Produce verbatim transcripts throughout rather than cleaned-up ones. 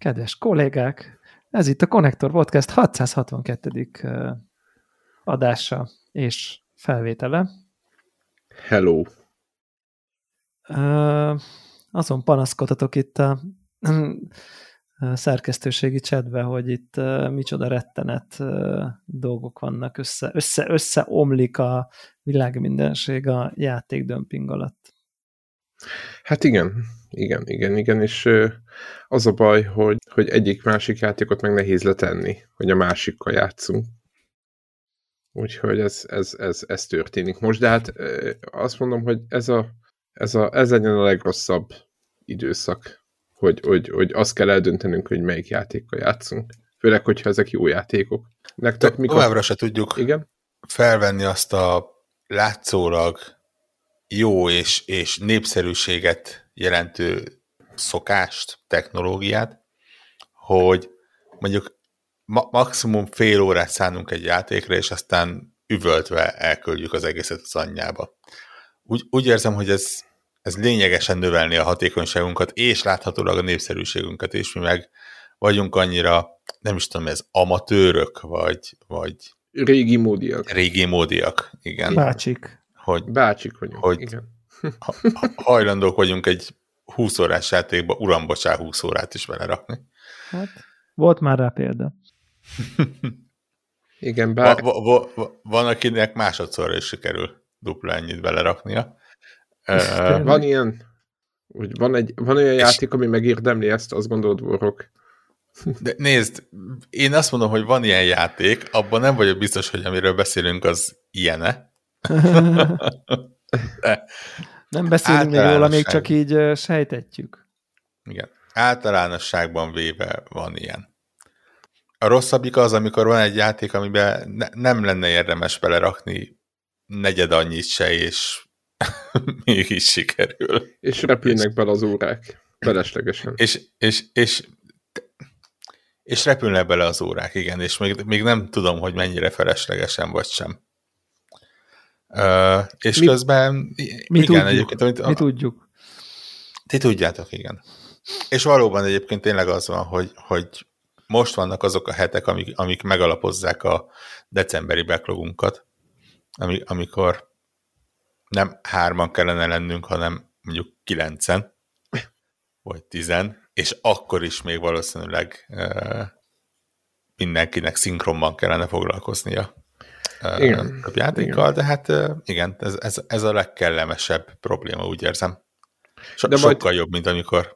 Kedves kollégák, ez itt a Konnektor Podcast hatszázhatvankettedik adása és felvétele. Hello! Azon panaszkodhatok itt a szerkesztőségi chatbe, hogy itt micsoda rettenet dolgok vannak, össze, össze, összeomlik a világ mindenség a játékdömping alatt. Hát igen, igen, igen, igen, és az a baj, hogy, hogy egyik-másik játékot meg nehéz letenni, hogy a másikkal játszunk. Úgyhogy ez, ez, ez, ez történik most, de hát azt mondom, hogy ez, a, ez, a, ez legyen a legrosszabb időszak, hogy, hogy, hogy azt kell eldöntenünk, hogy melyik játékkal játszunk. Főleg, hogyha ezek jó játékok. Nektek mikor... Továbbra se tudjuk igen? felvenni azt a látszólag jó és, és népszerűséget jelentő szokást, technológiát, hogy mondjuk ma- maximum fél órát szánunk egy játékra, és aztán üvöltve elküldjük az egészet az anyjába. Úgy, úgy érzem, hogy ez, ez lényegesen növelni a hatékonyságunkat, és láthatólag a népszerűségünket, és mi meg vagyunk annyira, nem is tudom, ez amatőrök, vagy, vagy régi módiak. Régi módiak, igen. Bácsik. Hogy, Bácsik vagyunk, hogy igen. ha, hajlandók vagyunk egy húsz órás játékba, uram, bocsá, húsz órát is belerakni. Hát, volt már rá példa. Igen, bár... Va, va, va, van, akinek másodszorra is sikerül dupla ennyit beleraknia. Uh, van ilyen, úgy van, egy, van olyan játék, ami megérdemli ezt, azt gondolod, Borok? De nézd, én azt mondom, hogy van ilyen játék, abban nem vagyok biztos, hogy amiről beszélünk, az ilyene. De nem beszélünk még róla, még csak így uh, sejtetjük. Igen. Általánosságban véve van ilyen. A rosszabbik az, amikor van egy játék, amiben ne, nem lenne érdemes belerakni negyed annyit se, és mégis sikerül. És repülnek bele az órák. Feleslegesen. És, és, és, és repülnek bele az órák, igen, és még, még nem tudom, hogy mennyire feleslegesen vagy sem. Uh, és mi, közben mi igen, tudjuk, egyébként, amit, mi tudjuk. Ti tudjátok, igen. És valóban egyébként tényleg az van, hogy, hogy most vannak azok a hetek, amik, amik megalapozzák a decemberi backlogunkat, amik, amikor nem hárman kellene lennünk, hanem mondjuk kilencen, vagy tizen, és akkor is még valószínűleg uh, mindenkinek szinkronban kellene foglalkoznia igen. a játékkal, igen. De hát uh, igen, ez, ez, ez a legkellemesebb probléma, úgy érzem. So, de sokkal majd... jobb, mint amikor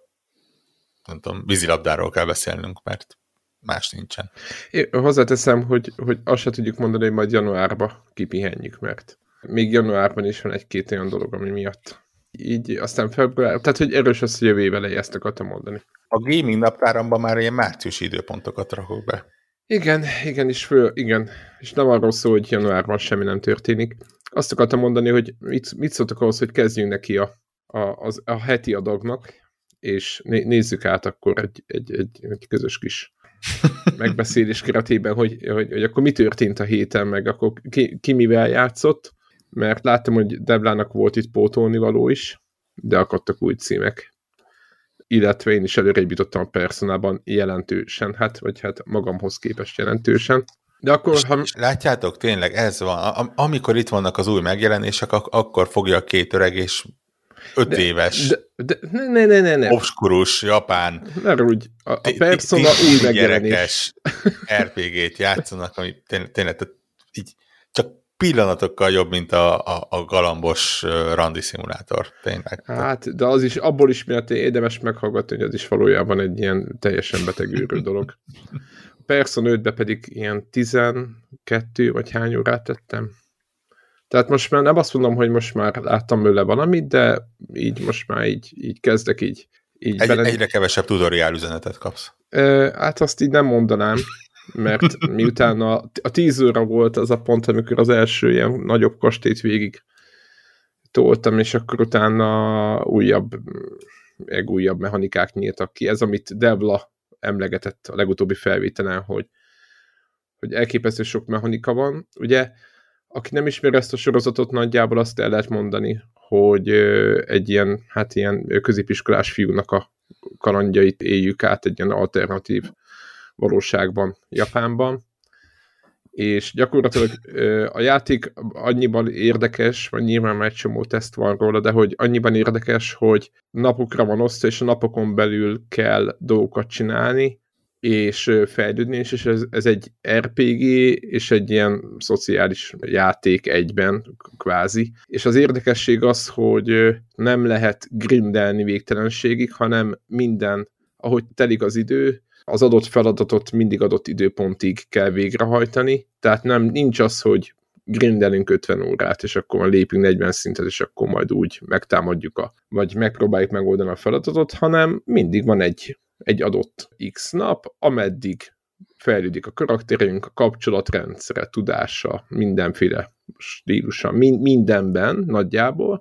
nem tudom, vízilabdáról kell beszélnünk, mert más nincsen. Én hozzáteszem, hogy, hogy azt se tudjuk mondani, hogy majd januárba kipihenjük, mert még januárban is van egy-két olyan dolog, ami miatt. Így aztán február, tehát hogy erős az, hogy jövő év elejé ezt akartam mondani. A gaming naptáramban már ilyen márciusi időpontokat rakok be. Igen, igen, és föl, igen. És nem arról szól, hogy januárban semmi nem történik. Azt akartam mondani, hogy mit, mit szóltak ahhoz, hogy kezdjünk neki a, a, az, a heti adagnak, és né, nézzük át akkor egy, egy, egy, egy közös kis megbeszélés keretében, hogy, hogy, hogy akkor mi történt a héten, meg akkor ki, ki mivel játszott, mert láttam, hogy Deblának volt itt pótolnivaló is, de akadtak új címek. Illetve én is előrébb jutottam a Personában jelentősen, hát, vagy hát magamhoz képest jelentősen. De akkor, ha... Látjátok, tényleg ez van. Amikor itt vannak az új megjelenések, akkor fogja a két öreg és öt de, éves de, de, ne, ne, ne, ne. obskurus, japán mert úgy, a, a Persona új megjelenés er pé gét játszanak, ami tényleg, tényleg így csak pillanatokkal jobb, mint a, a, a galambos randi szimulátor. Tényleg. Hát, de az is, abból is miatt érdemes meghallgatni, hogy az is valójában egy ilyen teljesen betegűrő dolog. A Persona ötbe pedig ilyen tizenkettő vagy hány órát tettem. Tehát most már nem azt mondom, hogy most már láttam belőle valamit, de így most már így, így kezdek így. így Egy, bele... Egyre kevesebb tutoriál üzenetet kapsz. E, hát azt így nem mondanám, mert miután a, a tíz óra volt az a pont, amikor az első ilyen nagyobb kastélyt végig toltam, és akkor utána újabb, legújabb mechanikák nyíltak ki. Ez, amit Devla emlegetett a legutóbbi felvételen, hogy, hogy elképesztő sok mechanika van. Ugye, aki nem ismeri ezt a sorozatot, nagyjából azt el lehet mondani, hogy egy ilyen, hát ilyen középiskolás fiúnak a kalandjait éljük át egy ilyen alternatív valóságban, Japánban. És gyakorlatilag a játék annyiban érdekes, vagy nyilván már egy csomó teszt van róla, de hogy annyiban érdekes, hogy napokra van osztva, és a napokon belül kell dolgokat csinálni, és fejlődni, és ez, ez egy er pé gé, és egy ilyen szociális játék egyben, kvázi. És az érdekesség az, hogy nem lehet grindelni végtelenségig, hanem minden, ahogy telik az idő, az adott feladatot mindig adott időpontig kell végrehajtani, tehát nem, nincs az, hogy grindelünk ötven órát, és akkor lépünk negyven szintet, és akkor majd úgy megtámadjuk, a, vagy megpróbáljuk megoldani a feladatot, hanem mindig van egy, egy adott X nap, ameddig fejlődik a karakterünk, a kapcsolatrendszere, tudása, mindenféle stílusa, min, mindenben nagyjából,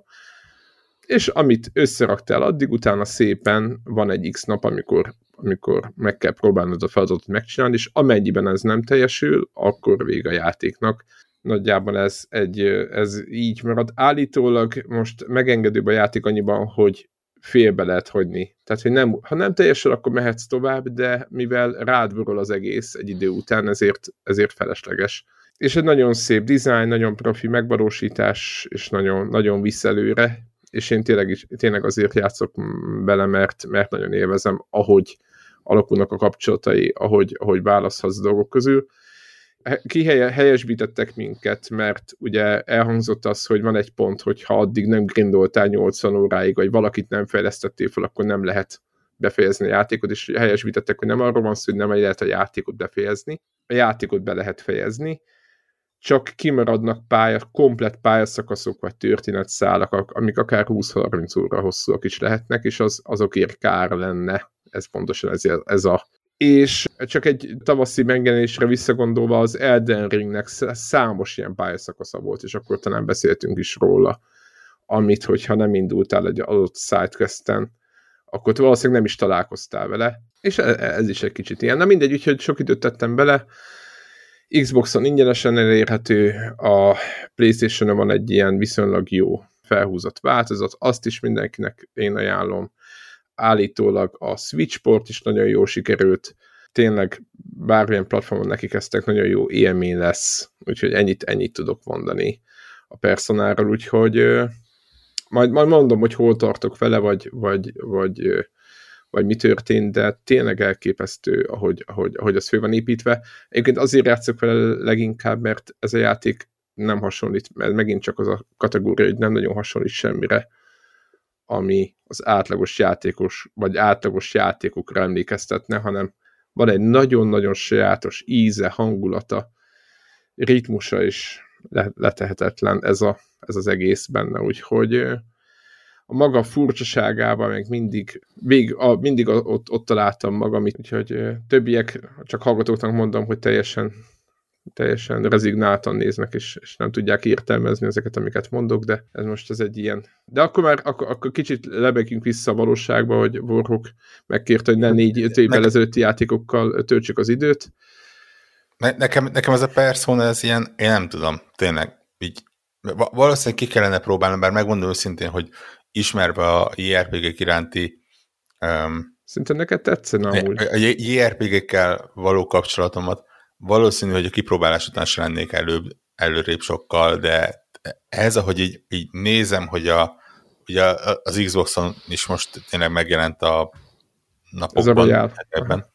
és amit összeraktál addig, utána szépen van egy X nap, amikor amikor meg kell próbálnod a feladatot megcsinálni, és amennyiben ez nem teljesül, akkor vége a játéknak. Nagyjából ez, egy, ez így marad. Állítólag most megengedőbb a játék annyiban, hogy félbe lehet hagyni. Tehát, hogy nem, ha nem teljesül, akkor mehetsz tovább, de mivel rád borul az egész egy idő után, ezért, ezért felesleges. És egy nagyon szép dizájn, nagyon profi megvalósítás, és nagyon, nagyon visz előre, és én tényleg, is, tényleg azért játszok bele, mert, mert nagyon élvezem, ahogy alakulnak a kapcsolatai, ahogy, ahogy választhatsz dolgok közül. Kihelyesbítettek minket, mert ugye elhangzott az, hogy van egy pont, hogy ha addig nem grindoltál nyolcvan óráig, vagy valakit nem fejlesztettél fel, akkor nem lehet befejezni a játékot, és helyesbítettek, hogy nem arról van szó, hogy nem lehet a játékot befejezni. A játékot be lehet fejezni, csak kimaradnak pálya, komplett pályaszakaszok vagy történetszálak, amik akár húsz-harminc óra hosszúak is lehetnek, és az, azokért kár lenne. Ez pontosan ez, ez a... És csak egy tavaszi megjelenésre visszagondolva az Elden Ringnek számos ilyen pályaszakasza volt, és akkor talán beszéltünk is róla, amit, hogyha nem indultál egy adott sidequesten, akkor valószínűleg nem is találkoztál vele, és ez is egy kicsit ilyen. Na mindegy, úgyhogy sok időt tettem bele, Xboxon ingyenesen elérhető, a PlayStation-on van egy ilyen viszonylag jó felhúzott változat, azt is mindenkinek én ajánlom. Állítólag a Switch port is nagyon jó sikerült, tényleg bármilyen platformon neki kezdtek, nagyon jó élmény lesz, úgyhogy ennyit, ennyit tudok mondani a Personáról, úgyhogy majd, majd mondom, hogy hol tartok vele, vagy, vagy, vagy vagy mi történt, de tényleg elképesztő, ahogy, ahogy, ahogy az fő van építve. Egyébként azért játszok vele leginkább, mert ez a játék nem hasonlít, mert megint csak az a kategória, hogy nem nagyon hasonlít semmire, ami az átlagos játékos, vagy átlagos játékokra emlékeztetne, hanem van egy nagyon-nagyon sajátos íze, hangulata, ritmusa is letehetetlen ez, a, ez az egész benne, úgyhogy a maga furcsaságában meg mindig, vég, a, mindig ott, ott találtam magam, úgyhogy többiek, csak hallgatóknak mondom, hogy teljesen, teljesen rezignáltan néznek, és, és nem tudják értelmezni ezeket, amiket mondok, de ez most ez egy ilyen. De akkor már akkor, akkor kicsit lebegünk vissza a valóságba, hogy Warhawk megkérte, hogy ne négy-öt évvel ezelőtti játékokkal töltsük az időt. Ne, nekem, nekem ez a Persona, ez ilyen, én nem tudom, tényleg, így valószínűleg ki kellene próbálnom, bár megmondom őszintén, hogy ismerve a jé er pé gé-k iránti um, szerintem neked tetszene amúgy. A jé er pé gé-kkel való kapcsolatomat valószínű, hogy a kipróbálás után sem lennék előbb, előrébb sokkal, de ez, ahogy így, így nézem, hogy a, ugye az Xboxon is most tényleg megjelent a napokban, ebben,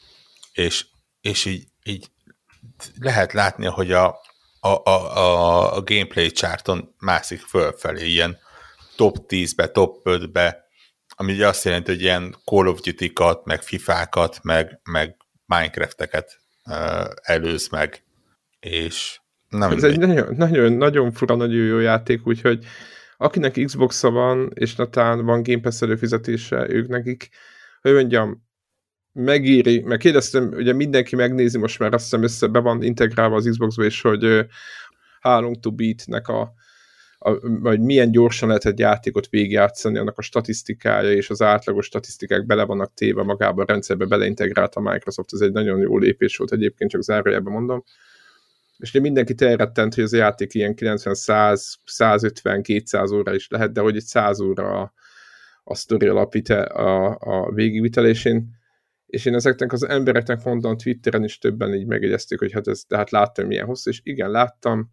és, és így, így lehet látni, hogy a, a, a, a gameplay charton mászik fölfelé, ilyen top tízbe, top ötbe, ami ugye azt jelenti, hogy ilyen Call of Duty-kat, meg fifákat, meg, meg Minecraft-eket uh, előz meg, és nem Ez egy nagyon, nagyon, nagyon fura, nagyon jó játék, úgyhogy akinek Xbox-a van, és netán van Game Pass előfizetése, ők nekik, hogy mondjam, megéri, mert kérdeztem, ugye mindenki megnézi, most már azt hiszem össze be van integrálva az Xbox-ba, és hogy uh, How Long to Beat-nek a A, vagy milyen gyorsan lehet egy játékot végigjátszani, annak a statisztikája és az átlagos statisztikák bele vannak téve magába a rendszerbe, beleintegrált a Microsoft, ez egy nagyon jó lépés volt egyébként, csak zárójelben mondom. És ugye mindenki elrettent, hogy ez a játék ilyen kilencven, száz, százötven, kétszáz óra is lehet, de hogy egy száz óra a sztori alapvite, a, a végigvitelésén, és én ezeknek az embereknek mondtam Twitteren is többen így megjegyezték, hogy hát ez, tehát láttam milyen hosszú, és igen, láttam,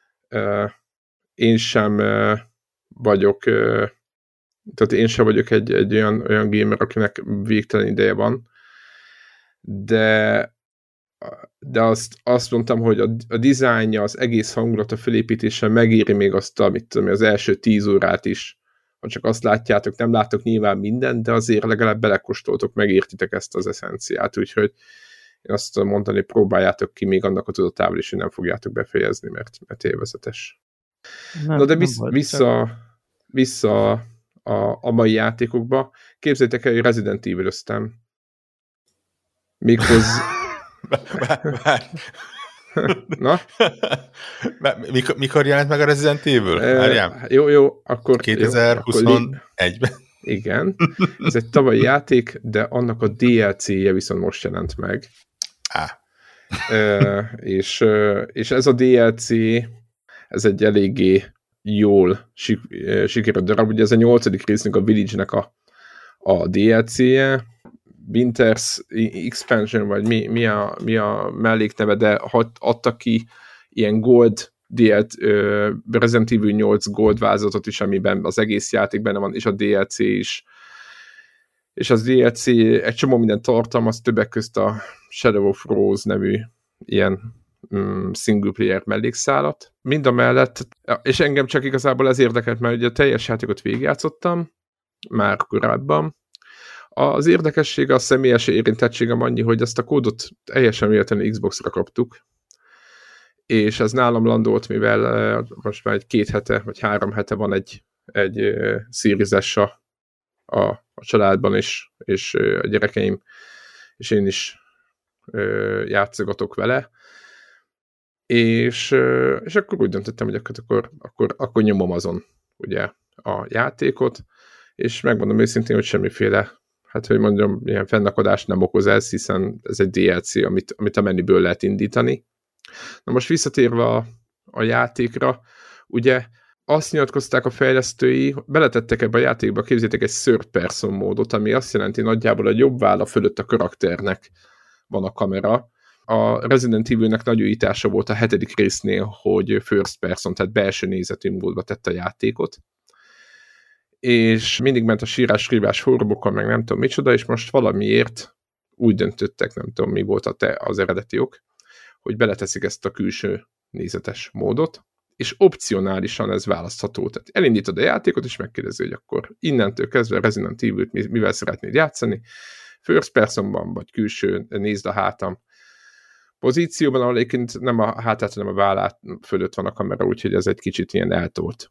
én sem vagyok, tehát én sem vagyok egy, egy olyan, olyan gamer, akinek végtelen ideje van, de de azt, azt mondtam, hogy a, a dizájnja, az egész hangulat, a felépítése megéri még azt, amit tudom, az első tíz órát is. Ha csak azt látjátok, nem láttok nyilván mindent, de azért legalább belekóstoltok, megértitek ezt az eszenciát, úgyhogy én azt tudom mondani, próbáljátok ki még annak a tudatával is, hogy nem fogjátok befejezni, mert, mert élvezetes. Nem, Na de vissz, vissza, vissza a, a mai játékokba. Képzeljétek el, hogy Resident Evil-öztem. Méghozzá... Na? Mikor, mikor jelent meg a Resident Evil? E, jó, jó, akkor... kétezer-huszonegyben. Igen. Ez egy tavalyi játék, de annak a dé el cé-je viszont most jelent meg. Ah. E, és, és ez a dé el cé, ez egy eléggé jól sik, sikerült darab. Ugye ez a nyolcadik résznek, a Village-nek a, a dé el cé-je, Winters Expansion, vagy mi, mi, a, mi a mellékneve, de adtak ki ilyen Gold dé el cé, uh, Resident Evil nyolc Gold vázatot is, amiben az egész játék benne van, és a dé el cé is. És az dé el cé egy csomó minden tartalmaz, többek közt a Shadow of Rose nevű ilyen um, single player mellékszálat. Mind a mellett, és engem csak igazából ez érdekelt, mert ugye a teljes játékot végigjátszottam, már korábban. Az érdekessége, a személyes érintettségem annyi, hogy ezt a kódot teljesen véletlenül Xbox-ra kaptuk, és ez nálam landolt, mivel uh, most már egy két hete, vagy három hete van egy, egy uh, Series-es a, a, a családban is, és uh, a gyerekeim, és én is uh, játszogatok vele, és, uh, és akkor úgy döntöttem, hogy akkor, akkor, akkor nyomom azon ugye a játékot, és megmondom őszintén, hogy semmiféle, hát hogy mondjam, ilyen fennakadást nem okoz ez, hiszen ez egy dé el cé, amit, amit a menüből lehet indítani. Na most visszatérve a, a játékra, ugye azt nyilatkozták a fejlesztői, beletettek ebbe a játékba, képzeljétek egy third person módot, ami azt jelenti nagyjából, hogy jobb válla fölött a karakternek van a kamera. A Resident Evil-nek nagy újítása volt a hetedik résznél, hogy first person, tehát belső nézetű módba tette a játékot. És mindig ment a sírás-rívás fórumokon, meg nem tudom micsoda, és most valamiért úgy döntöttek, nem tudom mi volt a te, az eredeti ok, hogy beleteszik ezt a külső nézetes módot, és opcionálisan ez választható. Tehát elindítod a játékot, és megkérdezi, hogy akkor innentől kezdve Resident Evil-t mivel szeretnéd játszani, first personban, vagy külső, nézd a hátam pozícióban, ahol egyébként nem a hátát, hanem a vállát fölött van a kamera, úgyhogy ez egy kicsit ilyen eltolt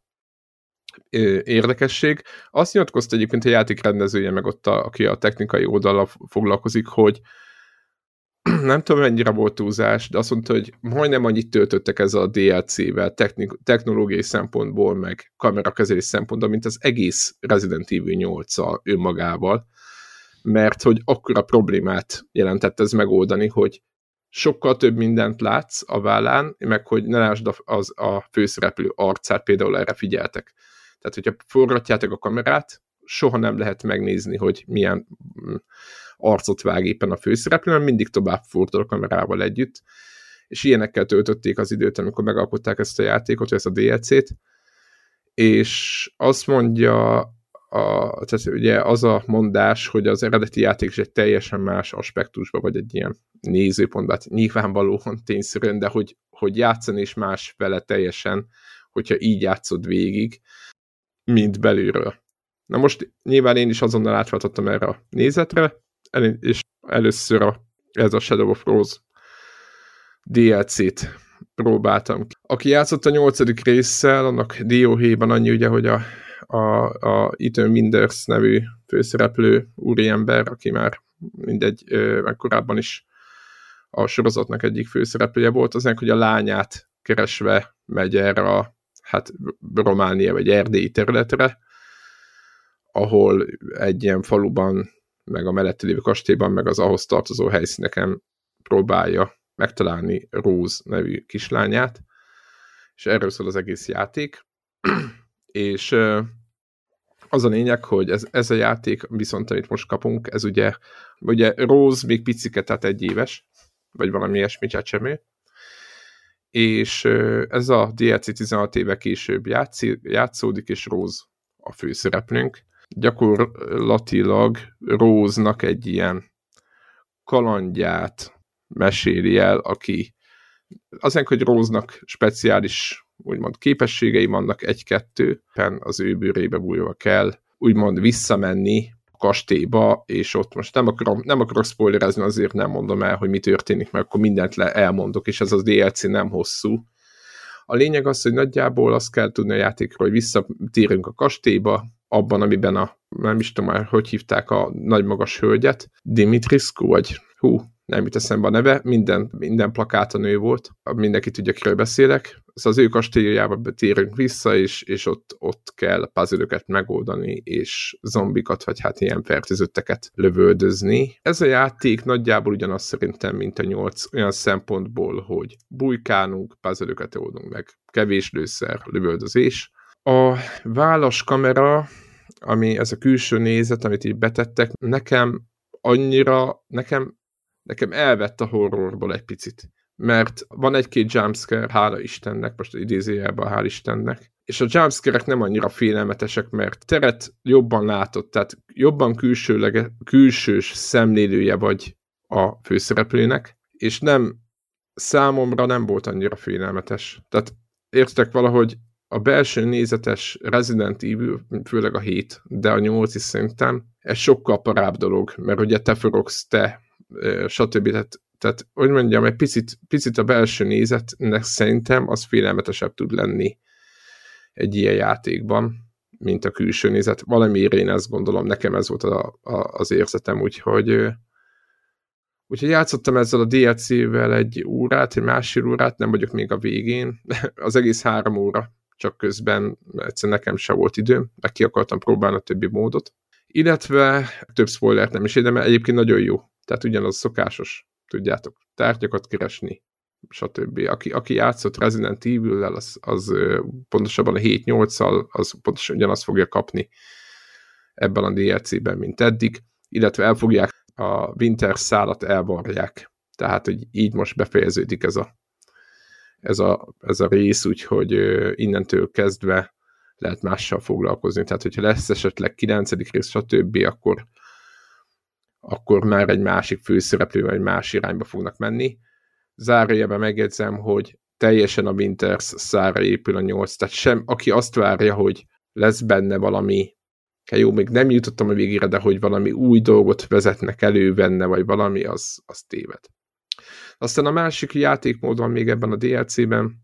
érdekesség. Azt nyilatkozta egyébként a játék rendezője, meg ott, a, aki a technikai oldallal foglalkozik, hogy nem tudom, mennyire volt túlzás, de azt mondta, hogy majdnem annyit töltöttek ezzel a dé el cé-vel technik- technológiai szempontból, meg kamerakezelés szempontból, mint az egész Resident Evil nyolccal önmagával, mert hogy akkora problémát jelentett ez megoldani, hogy sokkal több mindent látsz a vállán, meg hogy ne lásd az a főszereplő arcát, például erre figyeltek. Tehát, hogyha forgatjátok a kamerát, soha nem lehet megnézni, hogy milyen arcot vág éppen a főszereplő, mert mindig tovább fordul a kamerával együtt, és ilyenekkel töltötték az időt, amikor megalkották ezt a játékot, vagy ezt a dé el cé-t, és azt mondja, a, tehát ugye az a mondás, hogy az eredeti játék is egy teljesen más aspektusban, vagy egy ilyen nézőpontban, nyilvánvalóan tényszerűen, de hogy, hogy játszani is más vele teljesen, hogyha így játszod végig, mint belülről. Na most nyilván én is azonnal átváltottam erre a nézetre, és először a, ez a Shadow of Rose dé el cé-t próbáltam. Aki játszott a nyolcadik résszel, annak dióhéjban annyi ugye, hogy a, a, a Ethan Winters nevű főszereplő úriember, aki már mindegy, meg korábban is a sorozatnak egyik főszereplője volt, azért, hogy a lányát keresve megy erre a hát Románia vagy erdélyi területre, ahol egy ilyen faluban, meg a mellette lévő kastélyban, meg az ahhoz tartozó helyszíneken próbálja megtalálni Rose nevű kislányát, és erről szól az egész játék. És Az a lényeg, hogy ez, ez a játék, viszont amit most kapunk, ez ugye, ugye Rose még picike, tehát egy éves, vagy valami ilyesmi csecsemő, és ez a dé el cé tizenhat éve később játszik, játszódik, és Rose a főszereplőnk. Gyakorlatilag Rose-nak egy ilyen kalandját meséli el, aki azért, hogy Rose-nak speciális úgymond képességei vannak, egy-kettő, az ő bőrébe bújva kell úgymond visszamenni a kastélyba, és ott most nem, akarom, nem akarok spoilerezni, azért nem mondom el, hogy mi történik, mert akkor mindent le elmondok, és ez az dé el cé nem hosszú. A lényeg az, hogy nagyjából azt kell tudni a játékról, hogy visszatérünk a kastélyba, abban, amiben a, nem is tudom már, hogy hívták a nagymagas hölgyet, Dimitrescu, vagy hú, nem jut eszembe a neve, minden, minden plakát a nő volt, mindenki tudja, kiről beszélek. Szóval az ő kastélyába térünk vissza, és, és ott, ott kell puzzle-öket megoldani, és zombikat, vagy hát ilyen fertőzötteket lövöldözni. Ez a játék nagyjából ugyanaz szerintem, mint a nyolc, olyan szempontból, hogy bujkálunk, puzzle-öket oldunk meg, kevés lőszer, lövöldözés. A válasz kamera, ami ez a külső nézet, amit így betettek, nekem annyira, nekem nekem elvett a horrorból egy picit. Mert van egy-két jumpscare, hála Istennek, most idézőjelben hál' Istennek, és a jumpscare-ek nem annyira félelmetesek, mert teret jobban látod, tehát jobban külsőlege, külsős szemlélője vagy a főszereplőnek, és nem, számomra nem volt annyira félelmetes. Tehát értek valahogy a belső nézetes Resident Evil, főleg a hét, de a nyolc is szerintem, ez sokkal parább dolog, mert ugye te forogsz, te stb. Tehát, tehát, hogy mondjam, egy picit, picit a belső nézetnek szerintem az félelmetesebb tud lenni egy ilyen játékban, mint a külső nézet. Valamiért én ezt gondolom, nekem ez volt a, a, az érzetem, úgyhogy úgyhogy játszottam ezzel a dé el cé-vel egy órát, egy másfél órát, nem vagyok még a végén, az egész három óra, csak közben egyszerűen nekem se volt időm, meg ki akartam próbálni a többi módot. Illetve több spoilert nem is érde, mert egyébként nagyon jó. Tehát ugyanaz szokásos, tudjátok, tárgyakat keresni, stb. Aki, aki játszott Resident Evil-lel, az, az pontosabban a hét nyolccal, az pontosan ugyanazt fogja kapni ebben a dé el cé-ben, mint eddig, illetve elfogják a Winter szálat, elvarják. Tehát, hogy így most befejeződik ez a, ez a, ez a rész, úgyhogy innentől kezdve lehet mással foglalkozni. Tehát, hogyha lesz esetleg kilencedik rész, stb., akkor akkor már egy másik főszereplővel egy más irányba fognak menni. Zárójelben megjegyzem, hogy teljesen a Winters szára épül a nyolc, tehát sem, aki azt várja, hogy lesz benne valami, hát jó, még nem jutottam a végére, de hogy valami új dolgot vezetnek elő benne, vagy valami, az, az téved. Aztán a másik játékmód van még ebben a dé el cé-ben,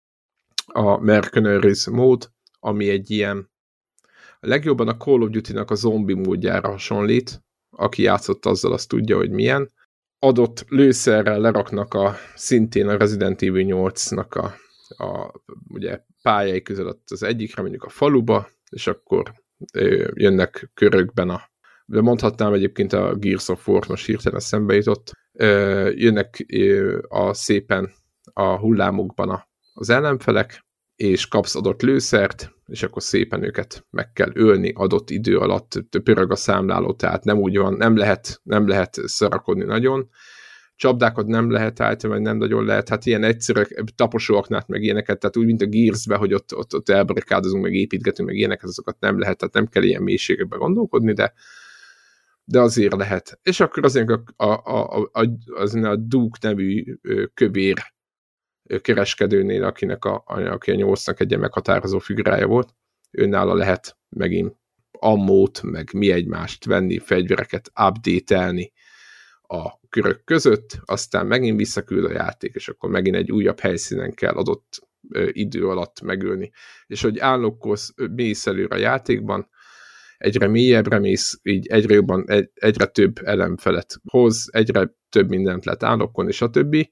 a Mercenaries mód, ami egy ilyen, a legjobban a Call of Duty-nak a zombi módjára hasonlít, aki játszott azzal, azt tudja, hogy milyen. Adott lőszerrel leraknak a szintén a Resident Evil nyolcnak a, a ugye, pályái között az egyikre, mondjuk a faluba, és akkor ö, jönnek körökben a, de mondhatnám egyébként a Gears of War, most hirtelen szembe jutott, ö, jönnek ö, a szépen a hullámokban a, az ellenfelek, és kapsz adott lőszert, és akkor szépen őket meg kell ölni adott idő alatt, pörög a számláló, tehát nem úgy van, nem lehet, nem lehet szarakodni nagyon. Csapdákat nem lehet állítani, vagy nem nagyon lehet, hát ilyen egyszerűek, taposóaknát, meg ilyeneket, tehát úgy, mint a Gears-be, hogy ott, ott, ott elbarikádozunk, meg építgetünk, meg ilyeneket, azokat nem lehet, tehát nem kell ilyen mélységekben gondolkodni, de, de azért lehet. És akkor azért a, a, a, a, az a Duke nevű kövér kereskedőnél, akinek a, aki a nyolcnak egy meghatározó figurája volt, őnála lehet megint ammót, meg mi egymást venni, fegyvereket update-elni a körök között, aztán megint visszaküld a játék, és akkor megint egy újabb helyszínen kell adott ö, idő alatt megölni. És hogy állokkolsz, mész előre a játékban, egyre mélyebbre mész, így egyre jobban, egy, egyre több ellenfelet hoz, egyre több mindent lehet állokkolni, stb.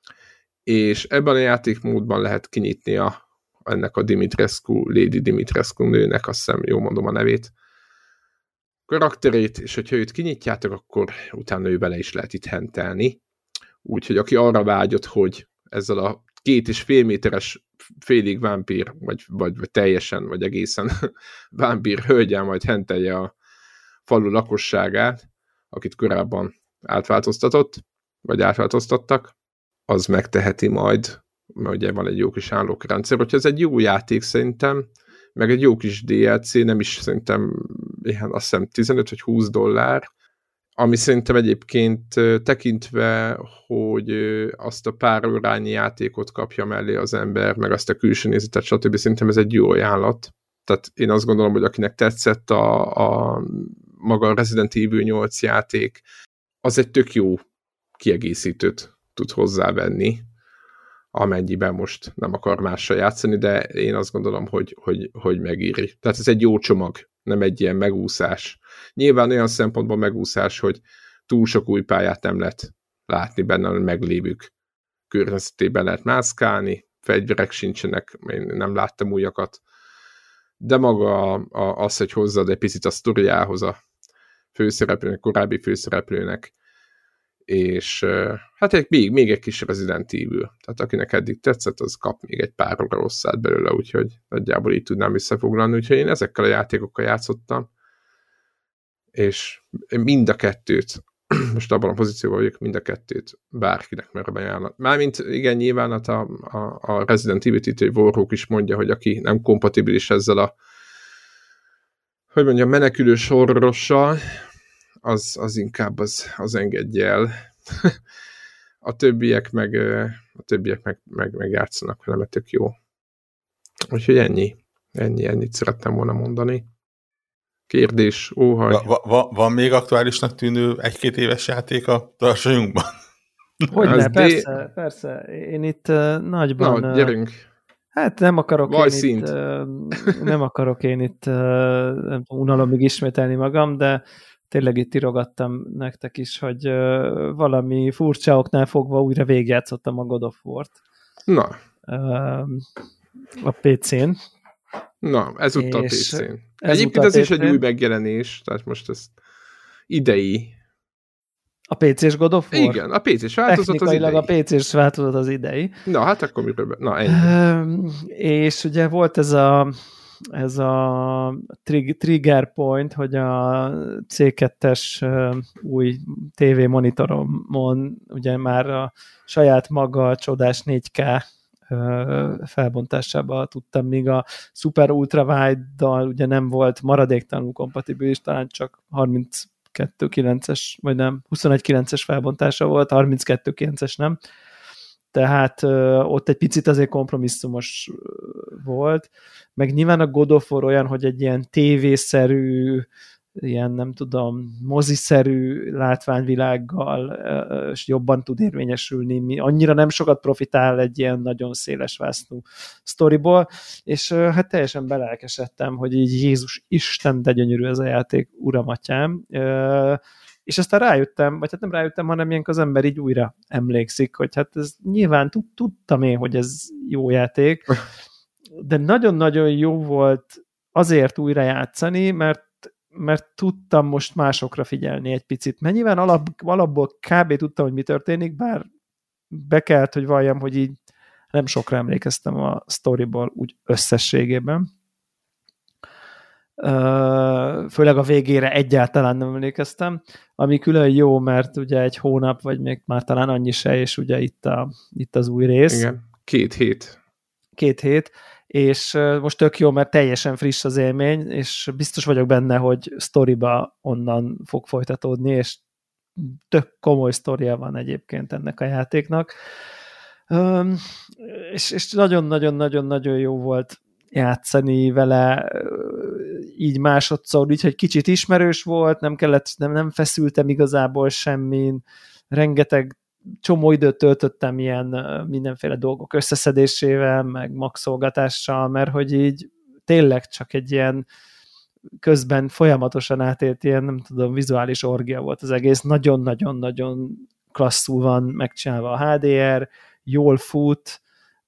És ebben a játékmódban lehet kinyitni a, ennek a Dimitrescu, Lady Dimitrescu nőnek, azt hiszem, jól mondom a nevét, karakterét, és hogyha őt kinyitjátok, akkor utána ő vele is lehet itt hentelni. Úgyhogy aki arra vágyott, hogy ezzel a két és fél méteres félig vámpír, vagy, vagy, vagy teljesen, vagy egészen vámpír hölgyel majd hentelje a falu lakosságát, akit korábban átváltoztatott, vagy átváltoztattak, az megteheti majd, mert ugye van egy jó kis állókrendszer, hogyha ez egy jó játék szerintem, meg egy jó kis dé el cé, nem is szerintem ilyen, azt hiszem tizenöt vagy húsz dollár, ami szerintem egyébként tekintve, hogy azt a pár órányi játékot kapja mellé az ember, meg azt a külső nézetet, stb. Szerintem ez egy jó ajánlat. Tehát én azt gondolom, hogy akinek tetszett a, a maga a Resident Evil nyolc játék, az egy tök jó kiegészítőt tud hozzávenni, amennyiben most nem akar mással játszani, de én azt gondolom, hogy, hogy, hogy megéri. Tehát ez egy jó csomag, nem egy ilyen megúszás. Nyilván olyan szempontból megúszás, hogy túl sok új pályát nem lehet látni benne, a meglévők környezetében lehet mászkálni, fegyverek sincsenek, én nem láttam újakat, de maga a, a, az, hogy hozzad egy picit a sztoriához a főszereplőnek, korábbi főszereplőnek, és hát egy, még, még egy kis Resident Evil. Tehát akinek eddig tetszett, az kap még egy pár óra rosszát belőle, úgyhogy nagyjából így tudnám visszafoglalni. Úgyhogy én ezekkel a játékokkal játszottam, és mind a kettőt, most abban a pozícióban vagyok, mind a kettőt bárkinek merem ajánlani. Mármint igen, nyilván hát a, a, a Resident Evil Warhawk is mondja, hogy aki nem kompatibilis ezzel a hogy mondjam, menekülős horrorossal, az, az inkább az, az engedje el. A többiek meg a többiek meg, meg, meg játszanak vele, mert tök jó. Úgyhogy ennyi. Ennyi, ennyit szerettem volna mondani. Kérdés, óhaj. Va, va, van még aktuálisnak tűnő egy-két éves játék a tartsonyunkban? Hogyne, persze, de... persze. Én itt uh, nagyban... Na, gyerünk. Hát nem akarok Vaj én szint. itt, uh, nem akarok én itt uh, nem tudom, unalomig ismételni magam, de tényleg itt írogattam nektek is, hogy uh, valami furcsa oknál fogva újra végigjátszottam a God of War-t. Na. Uh, a pé cén. Na, ezúttal a pé cén. Egyébként ez is egy új megjelenés, tehát most ez idei. A pé cés God of War? Igen, a pé cés változat az idei. a pé cés változat az idei. Na, hát akkor miről be... Na, ennyi. Uh, és ugye volt ez a ez a trig- trigger point, hogy a cé kettes uh, új tévé monitoromon ugye már a saját maga csodás négy ká uh, felbontásába tudtam, míg a Super Ultra Wide-dal ugye nem volt maradéktalanul kompatibilis, talán csak harminckettő kilences, vagy nem, huszonegy kilences felbontása volt, harminckettő kilences nem. Tehát ö, ott egy picit azért kompromisszumos volt, meg nyilván a God of War olyan, hogy egy ilyen tévészerű, ilyen nem tudom, moziszerű látványvilággal ö, és jobban tud érvényesülni, mi annyira nem sokat profitál egy ilyen nagyon széles vásznú sztoriból, és ö, hát teljesen belelkesedtem, hogy így Jézus Isten, de gyönyörű ez a játék, uramatyám, ö, és aztán rájöttem, vagy hát nem rájöttem, hanem ilyenkor az ember így újra emlékszik, hogy hát ez nyilván tud, tudtam én, hogy ez jó játék, de nagyon-nagyon jó volt azért újra játszani, mert, mert tudtam most másokra figyelni egy picit. Mert nyilván alap, alapból kb. Tudtam, hogy mi történik, bár be kellett, hogy valljam, hogy így nem sokra emlékeztem a sztoriból úgy összességében. Uh, főleg a végére egyáltalán nem emlékeztem, ami külön jó, mert ugye egy hónap, vagy még már talán annyi se, és ugye itt, a, itt az új rész. Igen, két hét. Két hét, és uh, most tök jó, mert teljesen friss az élmény, és biztos vagyok benne, hogy sztoriba onnan fog folytatódni, és tök komoly sztoria van egyébként ennek a játéknak. Um, és, és nagyon-nagyon-nagyon-nagyon jó volt játszani vele így másodszor, úgyhogy kicsit ismerős volt, nem kellett, nem, nem feszültem igazából semmin, rengeteg csomó időt töltöttem ilyen mindenféle dolgok összeszedésével, meg maxolgatással, mert hogy így tényleg csak egy ilyen közben folyamatosan átért ilyen, nem tudom, vizuális orgia volt az egész, nagyon-nagyon-nagyon klasszul van megcsinálva a há dé er, jól fut,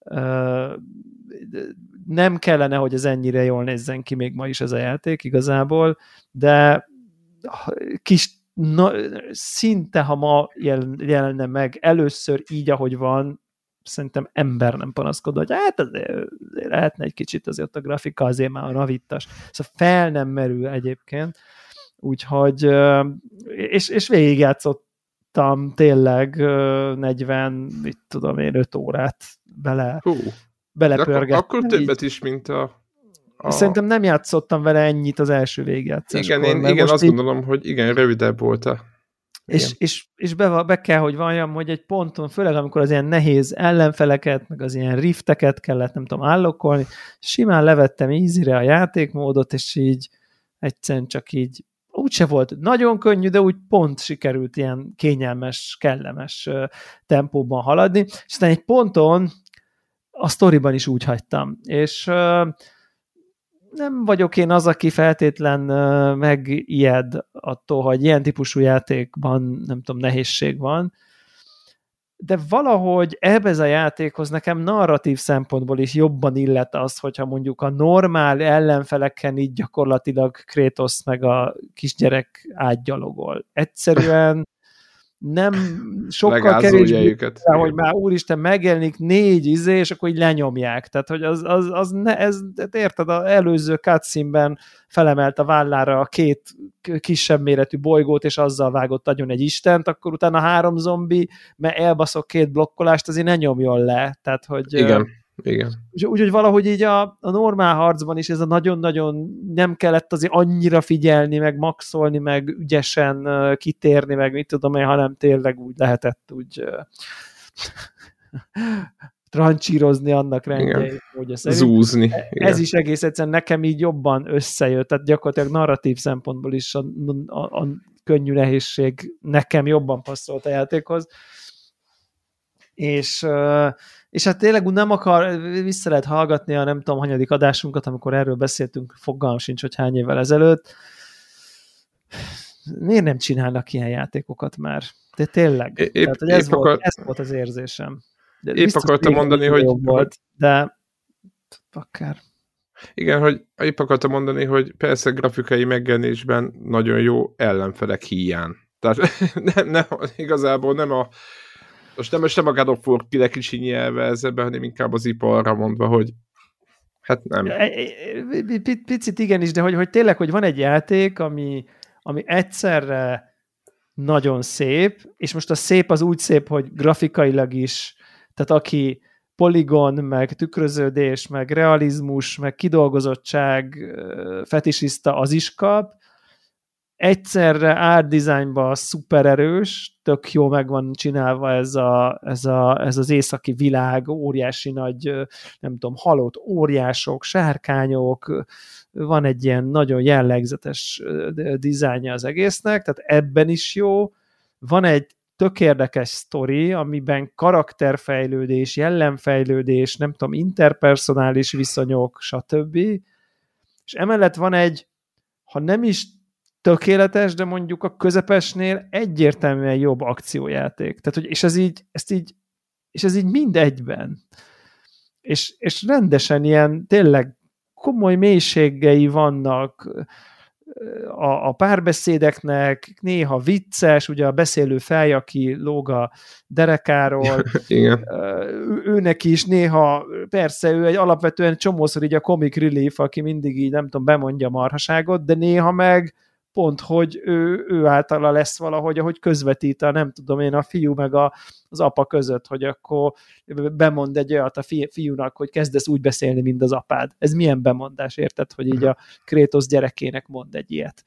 nem kellene, hogy ez ennyire jól nézzen ki még ma is ez a játék igazából, de kis, na, szinte ha ma jel, jelenne meg először így, ahogy van, szerintem ember nem panaszkod, hogy hát azért lehetne egy kicsit azért a grafika, azért már a ravittas. Szóval fel nem merül egyébként. Úgyhogy, és, és végigjátszottam tényleg negyven, mit tudom én, öt órát bele, Hú, belepörgettem. Akkor, akkor többet is, mint a, a... Szerintem nem játszottam vele ennyit az első végigjátszáskor. Igen, én igen, azt így... gondolom, hogy igen, rövidebb volt a... És, és, és be, be kell, hogy valljam, hogy egy ponton, főleg amikor az ilyen nehéz ellenfeleket, meg az ilyen rifteket kellett, nem tudom, állokkolni, simán levettem easy-re a játékmódot, és így egyszerűen csak így úgyse volt nagyon könnyű, de úgy pont sikerült ilyen kényelmes, kellemes tempóban haladni, és aztán egy ponton a sztoriban is úgy hagytam, és nem vagyok én az, aki feltétlen megijed attól, hogy ilyen típusú játékban, nem tudom, nehézség van, de valahogy ebben a játékhoz nekem narratív szempontból is jobban illet az, hogyha mondjuk a normál ellenfeleken így gyakorlatilag Kratos meg a kisgyerek átgyalogol. Egyszerűen nem sokkal kevésbé, hogy már úristen megjelenik négy izé, és akkor így lenyomják. Tehát, hogy az, az, az ne, ez, érted, az előző cutscene-ben felemelt a vállára a két kisebb méretű bolygót, és azzal vágott agyon egy istent, akkor utána három zombi, mert elbaszok két blokkolást, azért ne nyomjon le. Tehát, hogy... Igen. Igen. Úgyhogy úgy, valahogy így a, a normál harcban is ez a nagyon-nagyon nem kellett azért annyira figyelni, meg maxolni, meg ügyesen uh, kitérni, meg mit tudom én, hanem tényleg úgy lehetett úgy uh, trancsírozni annak rendjeit, hogy zúzni. Ez igen. Is egész egyszerűen nekem így jobban összejött, tehát gyakorlatilag narratív szempontból is a, a, a könnyű nehézség nekem jobban passzolt a játékhoz. És uh, és hát tényleg nem akar, vissza lehet hallgatni a nem tudom hanyadik adásunkat, amikor erről beszéltünk, fogalmam sincs, hogy hány évvel ezelőtt. Miért nem csinálnak ilyen játékokat már? De tényleg. Épp, Tehát, hogy ez, volt, akar... ez volt az érzésem. De épp akartam mondani, hogy... Volt, de akár. Igen, hogy épp akartam mondani, hogy persze grafikai megjelenésben nagyon jó ellenfelek híján. Tehát nem, nem, igazából nem a Most nem, most nem a God of War kicsi nyelve ezzel, hanem inkább az iparra mondva, hogy hát nem. Picit igenis, de hogy, hogy tényleg, hogy van egy játék, ami, ami egyszerre nagyon szép, és most a szép az úgy szép, hogy grafikailag is, tehát aki poligon, meg tükröződés, meg realizmus, meg kidolgozottság fetisista, az is kap, egyszerre art designban szuper erős, tök jó meg van csinálva ez, a, ez, a, ez az északi világ, óriási nagy, nem tudom, halott óriások, sárkányok, van egy ilyen nagyon jellegzetes dizájnja az egésznek, tehát ebben is jó. Van egy tök érdekes sztori, amiben karakterfejlődés, jellemfejlődés, nem tudom, interpersonális viszonyok, stb. És emellett van egy, ha nem is tökéletes, de mondjuk a közepesnél egyértelműen jobb akciójáték. Tehát, hogy, és ez így, ezt így, és ez így mind egyben. És, és rendesen ilyen tényleg komoly mélységei vannak a, a párbeszédeknek, néha vicces, ugye a beszélő fej, aki lóg a derekáról, igen. Őnek is néha, persze ő egy alapvetően csomószor így a comic relief, aki mindig így, nem tudom, bemondja a marhaságot, de néha meg pont, hogy ő, ő általa lesz valahogy, ahogy közvetít a, nem tudom én, a fiú meg a, az apa között, hogy akkor bemond egy olyat a fi, fiúnak, hogy kezdesz úgy beszélni, mint az apád. Ez milyen bemondás, érted, hogy így a Kratos gyerekének mond egy ilyet.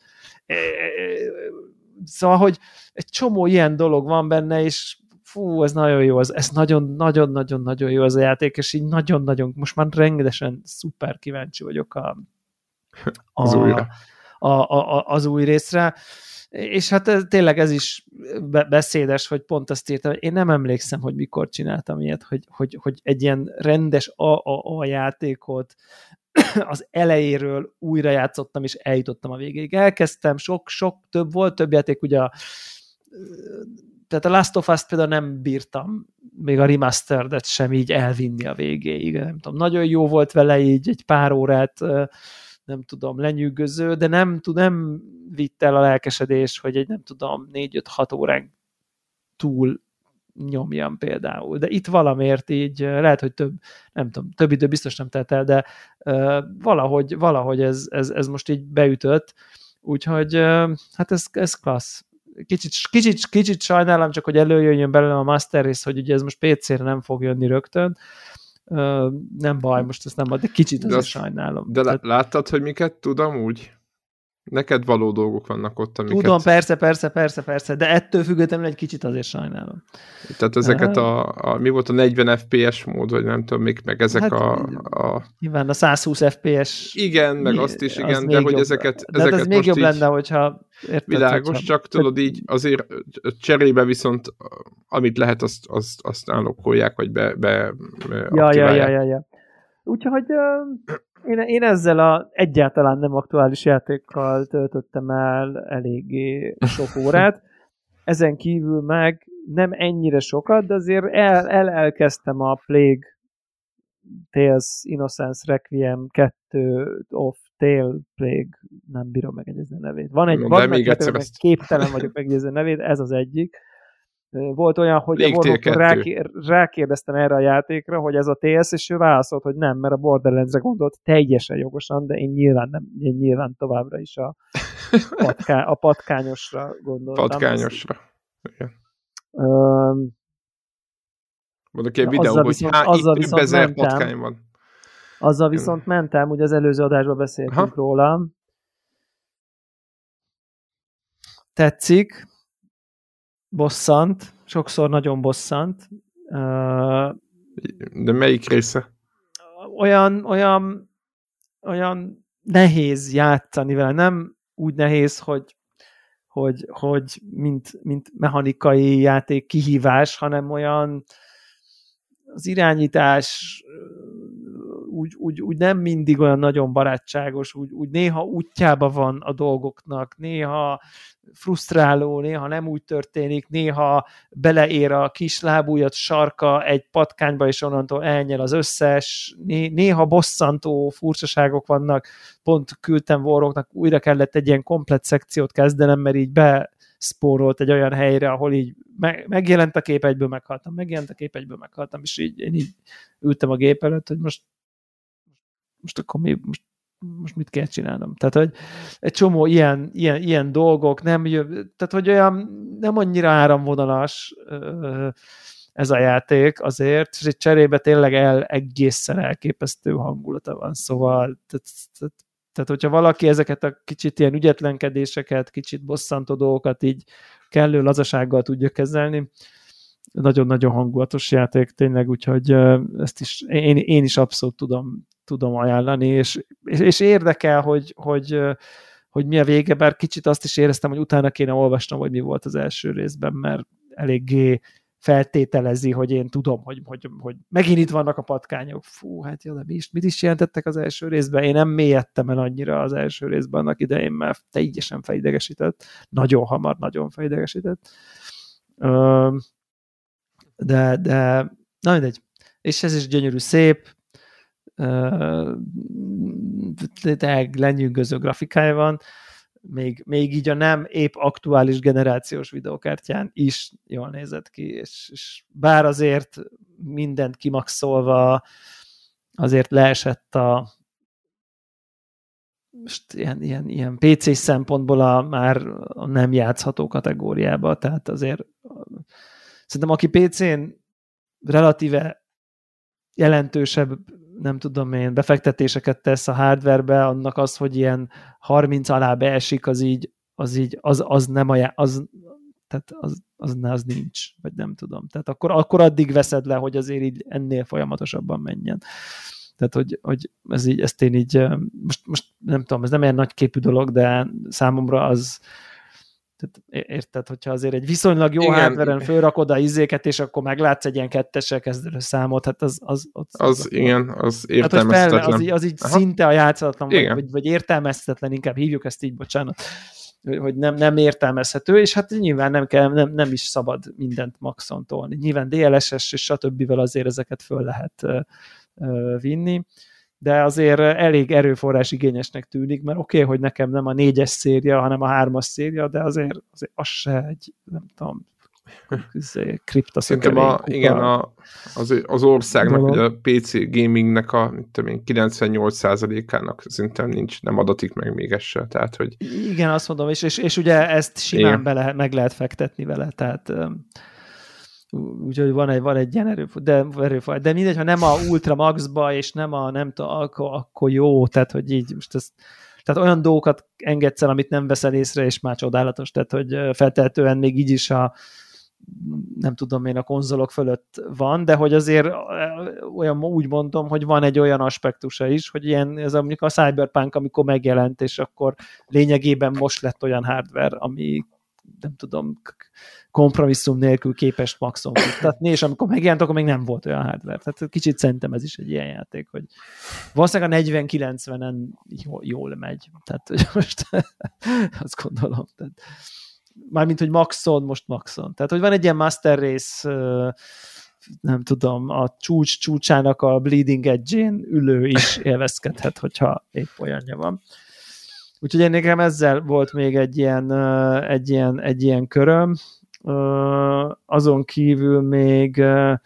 Szóval, hogy egy csomó ilyen dolog van benne, és fú, ez nagyon jó, ez nagyon-nagyon-nagyon-nagyon jó az a játék, és így nagyon-nagyon, most már rengetesen szuper kíváncsi vagyok a, a az újra. A, a, az új részre, és hát ez, tényleg ez is beszédes, hogy pont azt írtam, hogy én nem emlékszem, hogy mikor csináltam ilyet, hogy, hogy, hogy egy ilyen rendes á á á játékot az elejéről újra játszottam, és eljutottam a végéig. Elkezdtem, sok-sok több volt, több játék, ugye a, tehát a Last of Us-t például nem bírtam, még a remasteredet sem így elvinni a végéig, nem tudom, nagyon jó volt vele így egy pár órát, nem tudom, lenyűgöző, de nem, nem vitt el a lelkesedés, hogy egy nem tudom, négy öt hat órán túl nyomjam például. De itt valamiért így, lehet, hogy több, nem tudom, több idő biztos nem telt el, de uh, valahogy, valahogy ez, ez, ez most így beütött, úgyhogy uh, hát ez, ez klassz. Kicsit, kicsit, kicsit sajnálom, csak hogy előjöjjön belőlem a Master Race, hogy ugye ez most pé cére nem fog jönni rögtön. Uh, nem baj, most ezt nem ad, de kicsit azért de sajnálom. De Tehát, láttad, hogy miket tudom úgy? Neked való dolgok vannak ott, amiket... Tudom, persze, persze, persze, persze, de ettől függetlenül egy kicsit azért sajnálom. Tehát ezeket a, a mi volt a negyven ef pé es mód, vagy nem tudom, még, meg ezek hát, a, a... Nyilván a száz húsz ef pé es... Igen, meg azt is, igen, de hogy jobb. ezeket... De ezeket ez még jobb lenne, hogyha... Érted, világos, hogyha, csak tudod így, azért cserébe viszont amit lehet, azt, azt, azt állokkolják, vagy be, be ja, ja, ja, ja, ja. Úgyhogy uh, én, én ezzel a egyáltalán nem aktuális játékkal töltöttem el eléggé sok órát. Ezen kívül meg nem ennyire sokat, de azért el, el, elkezdtem a Plague Tales Innocence Requiem kettő of Tale Plague, nem bírom megegyezni a nevét. Van egy, van még egyszer ezt... képtelen vagyok megegyezni a nevét, ez az egyik. Volt olyan, hogy a Warhawktól rákér, rákérdeztem erre a játékra, hogy ez a té es, és ő válaszolt, hogy nem, mert a Borderlands-re gondolt teljesen jogosan, de én nyilván, nem, én nyilván továbbra is a, patká, a patkányosra gondoltam. Patkányosra. Igen. Um, Mondok egy videó, hogy viszont, há, itt több ezer patkány van. Azzal viszont mentem, ugye az előző adásban beszéltünk Aha. róla. Tetszik, bosszant, sokszor nagyon bosszant. De melyik része? Olyan, olyan, olyan nehéz játszani vele. Nem úgy nehéz, hogy, hogy, hogy mint, mint mechanikai játék kihívás, hanem olyan az irányítás úgy, úgy, úgy nem mindig olyan nagyon barátságos, úgy, úgy néha útjába van a dolgoknak, néha frusztráló, néha nem úgy történik, néha beleér a kis lábújat sarka egy patkányba, és onnantól elnyel az összes, néha bosszantó furcsaságok vannak, pont küldtem Warhawknak, újra kellett egy ilyen komplett szekciót kezdenem, mert így beszpórolt egy olyan helyre, ahol így megjelent a kép, egyből meghaltam, megjelent a kép, egyből meghaltam, és így én így ültem a gép előtt, hogy most most akkor mi, most, most mit kell csinálnom? Tehát, hogy egy csomó ilyen, ilyen, ilyen dolgok nem jö, tehát, hogy olyan nem annyira áramvonalas ez a játék azért, és egy cserébe tényleg el, egészen elképesztő hangulata van, szóval tehát, tehát, tehát, hogyha valaki ezeket a kicsit ilyen ügyetlenkedéseket, kicsit bosszantó dolgokat így kellő lazasággal tudja kezelni, nagyon-nagyon hangulatos játék tényleg, úgyhogy ezt is én, én is abszolút tudom tudom ajánlani, és, és, és érdekel, hogy, hogy, hogy mi a vége, bár kicsit azt is éreztem, hogy utána kéne olvasnom, hogy mi volt az első részben, mert eléggé feltételezi, hogy én tudom, hogy, hogy, hogy megint itt vannak a patkányok. Fú, hát jó, de mi is, mit is jelentettek az első részben? Én nem mélyedtem el annyira az első részben annak idején, mert teljesen felidegesített. Nagyon hamar, nagyon felidegesített. De, de na mindegy. És ez is gyönyörű, szép, de lenyűgöző grafikája van, még, még így a nem épp aktuális generációs videókártyán is jól nézett ki, és, és bár azért mindent kimaxolva azért leesett a most ilyen, ilyen, ilyen pé cés szempontból a már a nem játszható kategóriába, tehát azért szerintem aki pé cén relatíve jelentősebb, nem tudom én, befektetéseket tesz a hardwarebe, annak az, hogy ilyen harminc alá beesik, az így, az így, az, az nem a, az, tehát az, az, az nincs, vagy nem tudom. Tehát akkor, akkor addig veszed le, hogy azért így ennél folyamatosabban menjen. Tehát, hogy, hogy ez így, ezt én így, most, most nem tudom, ez nem ilyen nagyképű dolog, de számomra az, tehát érted, hogyha azért egy viszonylag jó hardware-en fölrakod a izéket, és akkor meglátsz egy ilyen kettessel kezdődő számot, hát az... Az, az, az, az igen, az értelmezhetetlen. Hát, az, így, az így szinte a játszatlan, vagy, vagy, vagy értelmezhetetlen, inkább hívjuk ezt így, bocsánat, hogy nem, nem értelmezhető, és hát nyilván nem, kell, nem, nem is szabad mindent maxon tolni. Nyilván dé el es es és stb. Azért ezeket föl lehet uh, uh, vinni, de azért elég erőforrás igényesnek tűnik, mert oké, okay, hogy nekem nem a négyes széria, hanem a hármas széria, de azért, azért az se egy, nem tudom, kriptaszökevény. A, igen, a, az, az országnak, vagy a pé cé gamingnek a tudom én, kilencvennyolc százalékának szerintem nincs, nem adatik meg még ez se, tehát, hogy... Igen, azt mondom, és, és, és ugye ezt simán bele, meg lehet fektetni vele, tehát úgyhogy van egy, van egy ilyen erőfaj, de, erőfaj. De mindegy, ha nem a Ultra Maxba, és nem a nem tudom, akkor, akkor jó, tehát, hogy így most ez, tehát olyan dolgokat engedsz el, amit nem veszel észre, és már csodálatos, tehát, hogy feltehetően még így is a nem tudom én, a konzolok fölött van, de hogy azért olyan úgy mondom, hogy van egy olyan aspektusa is, hogy ilyen, ez a, mondjuk a Cyberpunk, amikor megjelent, és akkor lényegében most lett olyan hardware, ami nem tudom, kompromisszum nélkül képes maxon futtatni, és amikor megjelent, akkor még nem volt olyan hardware. Tehát kicsit szerintem ez is egy ilyen játék, hogy valószínűleg a negyven kilencvenen jól megy. Tehát hogy most azt gondolom. Tehát, mármint, hogy maxon, most maxon. Tehát, hogy van egy ilyen master race, nem tudom, a csúcs csúcsának a bleeding edge-én ülő is élvezkedhet, hogyha épp olyanja van. Úgyhogy én nekem ezzel volt még egy ilyen, egy ilyen, egy ilyen köröm. Azon kívül még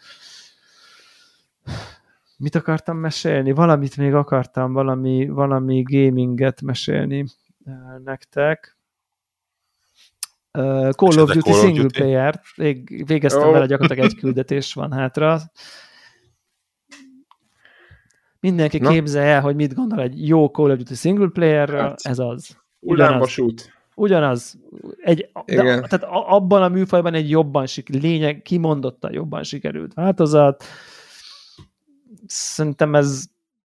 mit akartam mesélni? Valamit még akartam, valami, valami gaminget mesélni nektek. Uh, Call of Duty Call single player, Vég, végeztem oh. vele, gyakorlatilag egy küldetés van hátra. Mindenki Na. képzelje el, hogy mit gondol egy jó Call of Duty single playerről, hát, ez az. Ugyanaz. Ugyanaz. Egy, de, tehát abban a műfajban egy jobban sikerült, lényeg, kimondottan jobban sikerült változat. Szerintem ez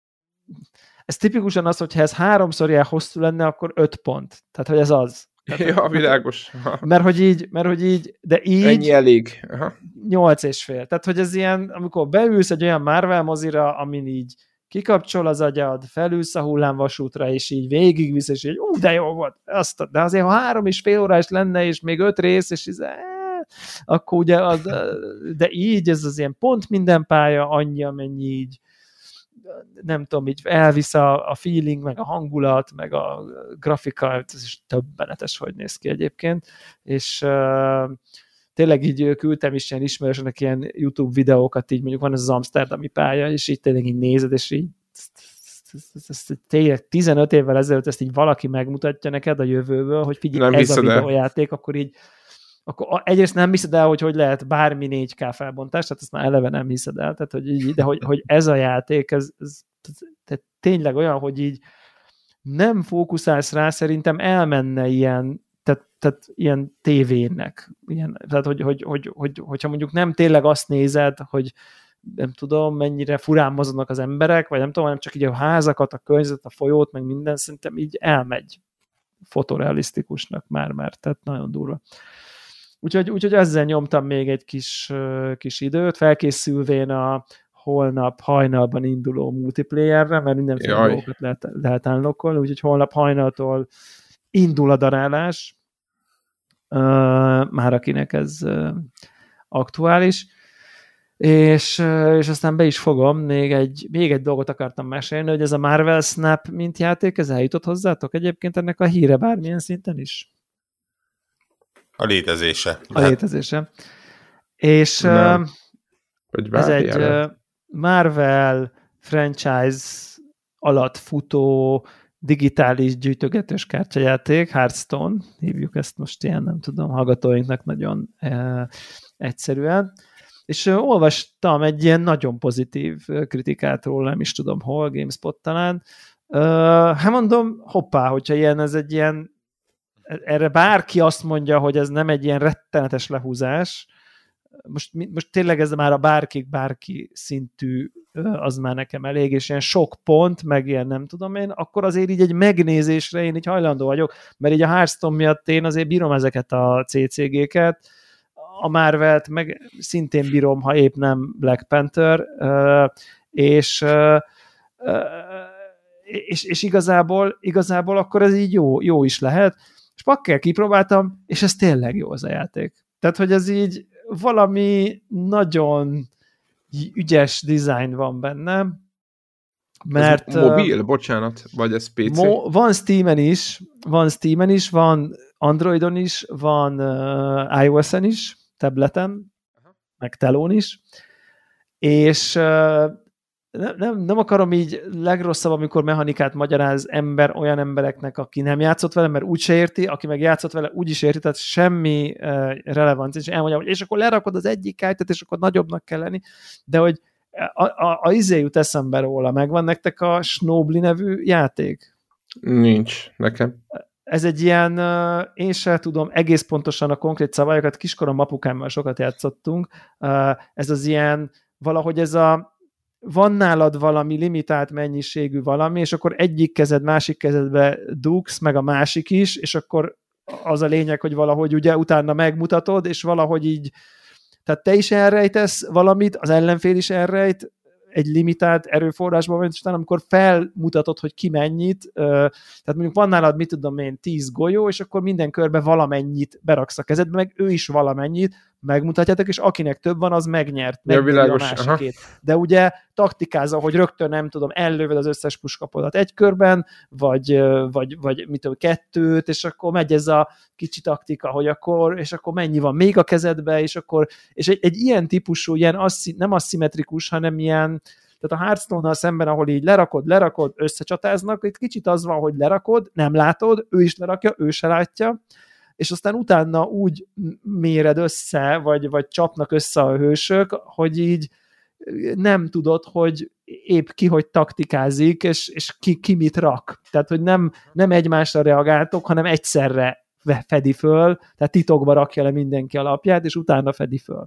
ez tipikusan az, hogyha ez háromszor ilyen hosszú lenne, akkor öt pont. Tehát, hogy ez az. Tehát, ja, világos. Mert hogy így, mert hogy így, de így... Ennyi elég. Aha. Nyolc és fél. Tehát, hogy ez ilyen, amikor beülsz egy olyan Marvel mozira, amin így kikapcsol az agyad, felülsz a hullámvasútra, és így végigvisz, és így, ú, de jó volt. Azt, de azért, ha három és fél órás lenne, és még öt rész, és ez, akkor ugye, az, de így, ez az ilyen pont minden pálya, annyi, amennyi így, nem tudom, így elvisz a, a feeling, meg a hangulat, meg a grafika, ez is többenetes, hogy néz ki egyébként, és uh, tényleg így küldtem is ilyen ismerősöknek ilyen YouTube videókat, így mondjuk van ez az amsterdami pálya, és így tényleg így nézed, és így tényleg tizenöt évvel ezelőtt ezt így valaki megmutatja neked a jövőből, hogy figyelj, ez a videójáték, akkor így akkor egyrészt nem hiszed el, hogy hogy lehet bármi négy ká felbontás, tehát ezt már eleve nem hiszed el, tehát, hogy így, de hogy, hogy ez a játék, ez, ez tehát tényleg olyan, hogy így nem fókuszálsz rá, szerintem elmenne ilyen, tehát, tehát ilyen tévének. Ilyen, tehát, hogy, hogy, hogy, hogy, hogyha mondjuk nem tényleg azt nézed, hogy nem tudom, mennyire furán mozognak az emberek, vagy nem tudom, hanem csak így a házakat, a környezet, a folyót, meg minden, szerintem így elmegy fotorealisztikusnak már-már, tehát nagyon durva. Úgyhogy, úgyhogy ezzel nyomtam még egy kis, kis időt, felkészülvén a holnap hajnalban induló multiplayerre, mert mindenféle Jaj. dolgokat lehet, lehet unlockolni, úgyhogy holnap hajnaltól indul a darálás, uh, már akinek ez uh, aktuális, és, uh, és aztán be is fogom, még egy, még egy dolgot akartam mesélni, hogy ez a Marvel Snap mint játék, ez eljutott hozzátok egyébként ennek a híre bármilyen szinten is? A létezése. A létezése. És uh, ez egy uh, Marvel franchise alatt futó digitális gyűjtögetős kártyajáték, Hearthstone, hívjuk ezt most ilyen, nem tudom, hallgatóinknak nagyon uh, egyszerűen. És uh, olvastam egy ilyen nagyon pozitív kritikát róla, nem is tudom hol, GameSpot talán. Uh, hát mondom, hoppá, hogyha ilyen, ez egy ilyen erre bárki azt mondja, hogy ez nem egy ilyen rettenetes lehúzás, most, most tényleg ez már a bárki, bárki szintű, az már nekem elég, és ilyen sok pont, meg ilyen nem tudom én, akkor azért így egy megnézésre én így hajlandó vagyok, mert így a Hearthstone miatt én azért bírom ezeket a cé cé gé-ket, a Marvelt meg szintén bírom, ha épp nem Black Panther, és és, és igazából, igazából akkor ez így jó, jó is lehet, és pakkel kipróbáltam, és ez tényleg jó az a játék. Tehát, hogy ez így valami nagyon ügyes design van benne, mert... Ez mobil, uh, bocsánat, vagy ez pé cé? Mo- van Steamen is, van Steamen is, van Androidon is, van uh, iOS-en is, tableten, meg telón is, és nem, nem, nem akarom így legrosszabb, amikor mechanikát magyaráz ember olyan embereknek, aki nem játszott vele, mert úgyse érti, aki meg játszott vele, úgy is érti, tehát semmi uh, relevanc, és elmondja, hogy és akkor lerakod az egyik kártyát, és akkor nagyobbnak kell lenni, de hogy a, a, a izé jut eszembe róla, megvan nektek a Snobli nevű játék? Nincs, nekem. Ez egy ilyen, uh, én sem tudom egész pontosan a konkrét szabályokat, kiskorom apukámmal sokat játszottunk, uh, ez az ilyen, valahogy ez a van nálad valami limitált mennyiségű valami, és akkor egyik kezed, másik kezedbe dugsz, meg a másik is, és akkor az a lényeg, hogy valahogy ugye utána megmutatod, és valahogy így, tehát te is elrejtesz valamit, az ellenfél is elrejt, egy limitált erőforrásban, és utána amikor felmutatod, hogy ki mennyit, tehát mondjuk van nálad, mit tudom én, tíz golyó, és akkor minden körbe valamennyit beraksz a kezedbe, meg ő is valamennyit, megmutatjátok, és akinek több van, az megnyert, megnyeri a másikét. Aha. De ugye taktikázza, hogy rögtön nem tudom, ellövöd az összes puskapodat egy körben, vagy, vagy, vagy mit tudom, kettőt, és akkor megy ez a kicsi taktika, hogy akkor, és akkor mennyi van még a kezedbe, és akkor, és egy, egy ilyen típusú, ilyen asszi, nem aszimmetrikus, hanem ilyen, tehát a Hearthstone-nal szemben, ahol így lerakod, lerakod, összecsatáznak, itt kicsit az van, hogy lerakod, nem látod, ő is lerakja, ő se látja, és aztán utána úgy méred össze, vagy, vagy csapnak össze a hősök, hogy így nem tudod, hogy épp ki hogy taktikázik, és, és ki, ki mit rak. Tehát, hogy nem, nem egymásra reagáltok, hanem egyszerre fedi föl, tehát titokba rakja le mindenki alapját, és utána fedi föl.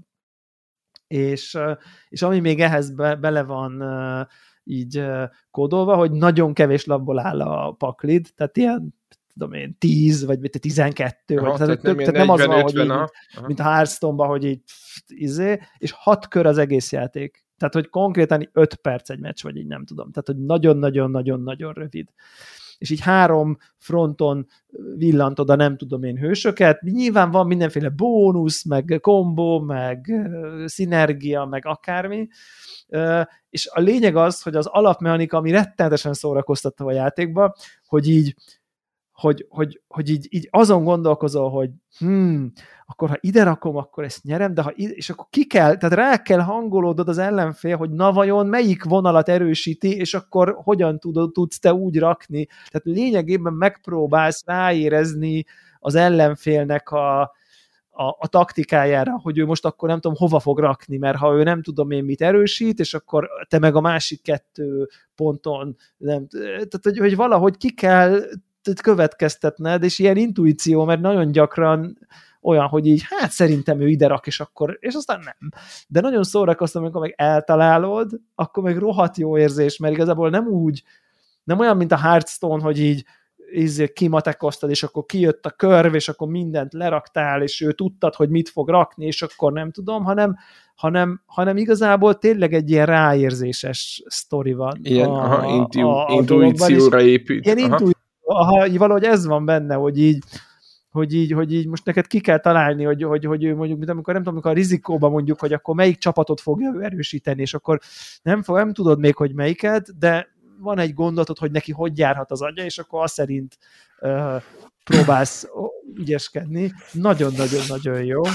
És, és ami még ehhez be, bele van így kódolva, hogy nagyon kevés labból áll a paklid, tehát ilyen tudom én, tíz, vagy tizenkettő, aha, vagy, tehát, tehát, nem, tehát nem az van, hogy így, aha. mint a Hearthstone-ban, hogy így izé, és hat kör az egész játék. Tehát, hogy konkrétan öt perc egy meccs, vagy így nem tudom. Tehát, hogy nagyon-nagyon-nagyon-nagyon rövid. És így három fronton villantod a nem tudom én hősöket. Nyilván van mindenféle bónusz, meg kombó, meg szinergia, meg akármi. És a lényeg az, hogy az alapmechanika, ami rettenetesen szórakoztatta a játékba, hogy így Hogy, hogy, hogy így, így azon gondolkozol, hogy hmm, akkor ha ide rakom, akkor ezt nyerem, de ha ide, és akkor ki kell, tehát rá kell hangolódod az ellenfél, hogy na vajon melyik vonalat erősíti, és akkor hogyan tudod, tudsz te úgy rakni. Tehát lényegében megpróbálsz ráérezni az ellenfélnek a, a, a taktikájára, hogy ő most akkor nem tudom, hova fog rakni, mert ha ő nem tudom én mit erősít, és akkor te meg a másik kettő ponton nem, tehát hogy, hogy valahogy ki kell következtetned, és ilyen intuíció, mert nagyon gyakran olyan, hogy így, hát szerintem ő ide rak, és akkor, és aztán nem. De nagyon szórakoztam, amikor meg eltalálod, akkor meg rohadt jó érzés, mert igazából nem úgy, nem olyan, mint a Hearthstone, hogy így, így kimatekoztad, és akkor kijött a körv, és akkor mindent leraktál, és ő tudtad, hogy mit fog rakni, és akkor nem tudom, hanem, hanem, hanem igazából tényleg egy ilyen ráérzéses sztori van. Ilyen, a, aha, intu, a, a intuícióra épít. Ilyen intuíció, aha, valahogy ez van benne, hogy így, hogy így, hogy így most neked ki kell találni, hogy, hogy, hogy ő mondjuk, mint amikor nem tudom, amikor a rizikóban mondjuk, hogy akkor melyik csapatot fogja erősíteni, és akkor nem, fog, nem tudod még, hogy melyiket, de van egy gondolatot, hogy neki hogy járhat az agya, és akkor azt szerint uh, próbálsz ügyeskedni. Nagyon-nagyon-nagyon jó.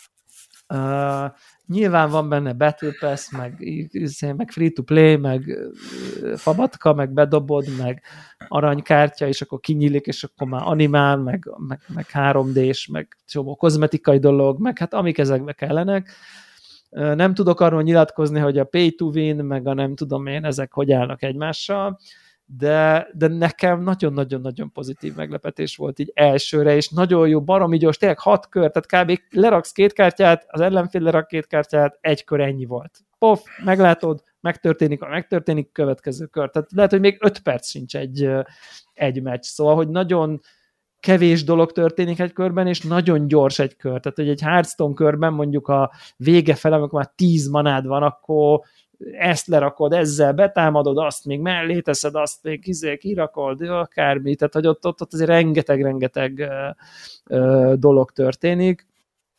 Uh, nyilván van benne Battle Pass, meg, meg free-to-play, meg fabatka, meg bedobod, meg aranykártya, és akkor kinyílik, és akkor már animál, meg, meg, meg három dés, meg csomó kozmetikai dolog, meg hát amik ezekbe kellenek. Nem tudok arról nyilatkozni, hogy a pay to win, meg a nem tudom én, ezek hogy állnak egymással, de, de nekem nagyon-nagyon-nagyon pozitív meglepetés volt így elsőre, és nagyon jó, baromi gyors, tényleg hat kör, tehát kb. Leraksz két kártyát, az ellenfél lerak két kártyát, egy kör ennyi volt. Pof, meglátod, megtörténik, ha megtörténik, következő kör. Tehát lehet, hogy még öt perc sincs egy, egy meccs. Szóval, hogy nagyon kevés dolog történik egy körben, és nagyon gyors egy kör. Tehát, hogy egy Hearthstone körben mondjuk a vége fele, amikor már tíz manád van, akkor ezt lerakod, ezzel betámadod, azt még mellé teszed, azt még kizé kirakod, akármi, tehát hogy ott, ott, ott azért rengeteg-rengeteg dolog történik,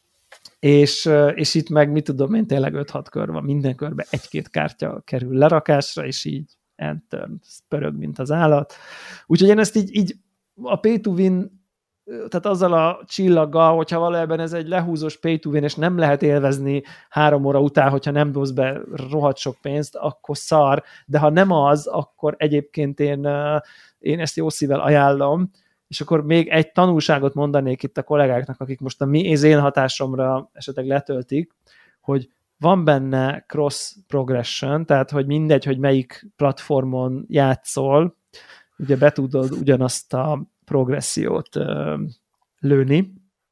és, és itt meg, mit tudom én, tényleg öt-hat kör van, minden körben egy-két kártya kerül lerakásra, és így enter, pörög, mint az állat. Úgyhogy én ezt így, így a pay to win tehát azzal a csillaggal, hogyha valójában ez egy lehúzós pay to win, és nem lehet élvezni három óra után, hogyha nem dobsz be rohadt sok pénzt, akkor szar, de ha nem az, akkor egyébként én, én ezt jó szívvel ajánlom, és akkor még egy tanulságot mondanék itt a kollégáknak, akik most a mi az én hatásomra esetleg letöltik, hogy van benne cross progression, tehát hogy mindegy, hogy melyik platformon játszol, ugye be tudod ugyanazt a progressziót ö, lőni,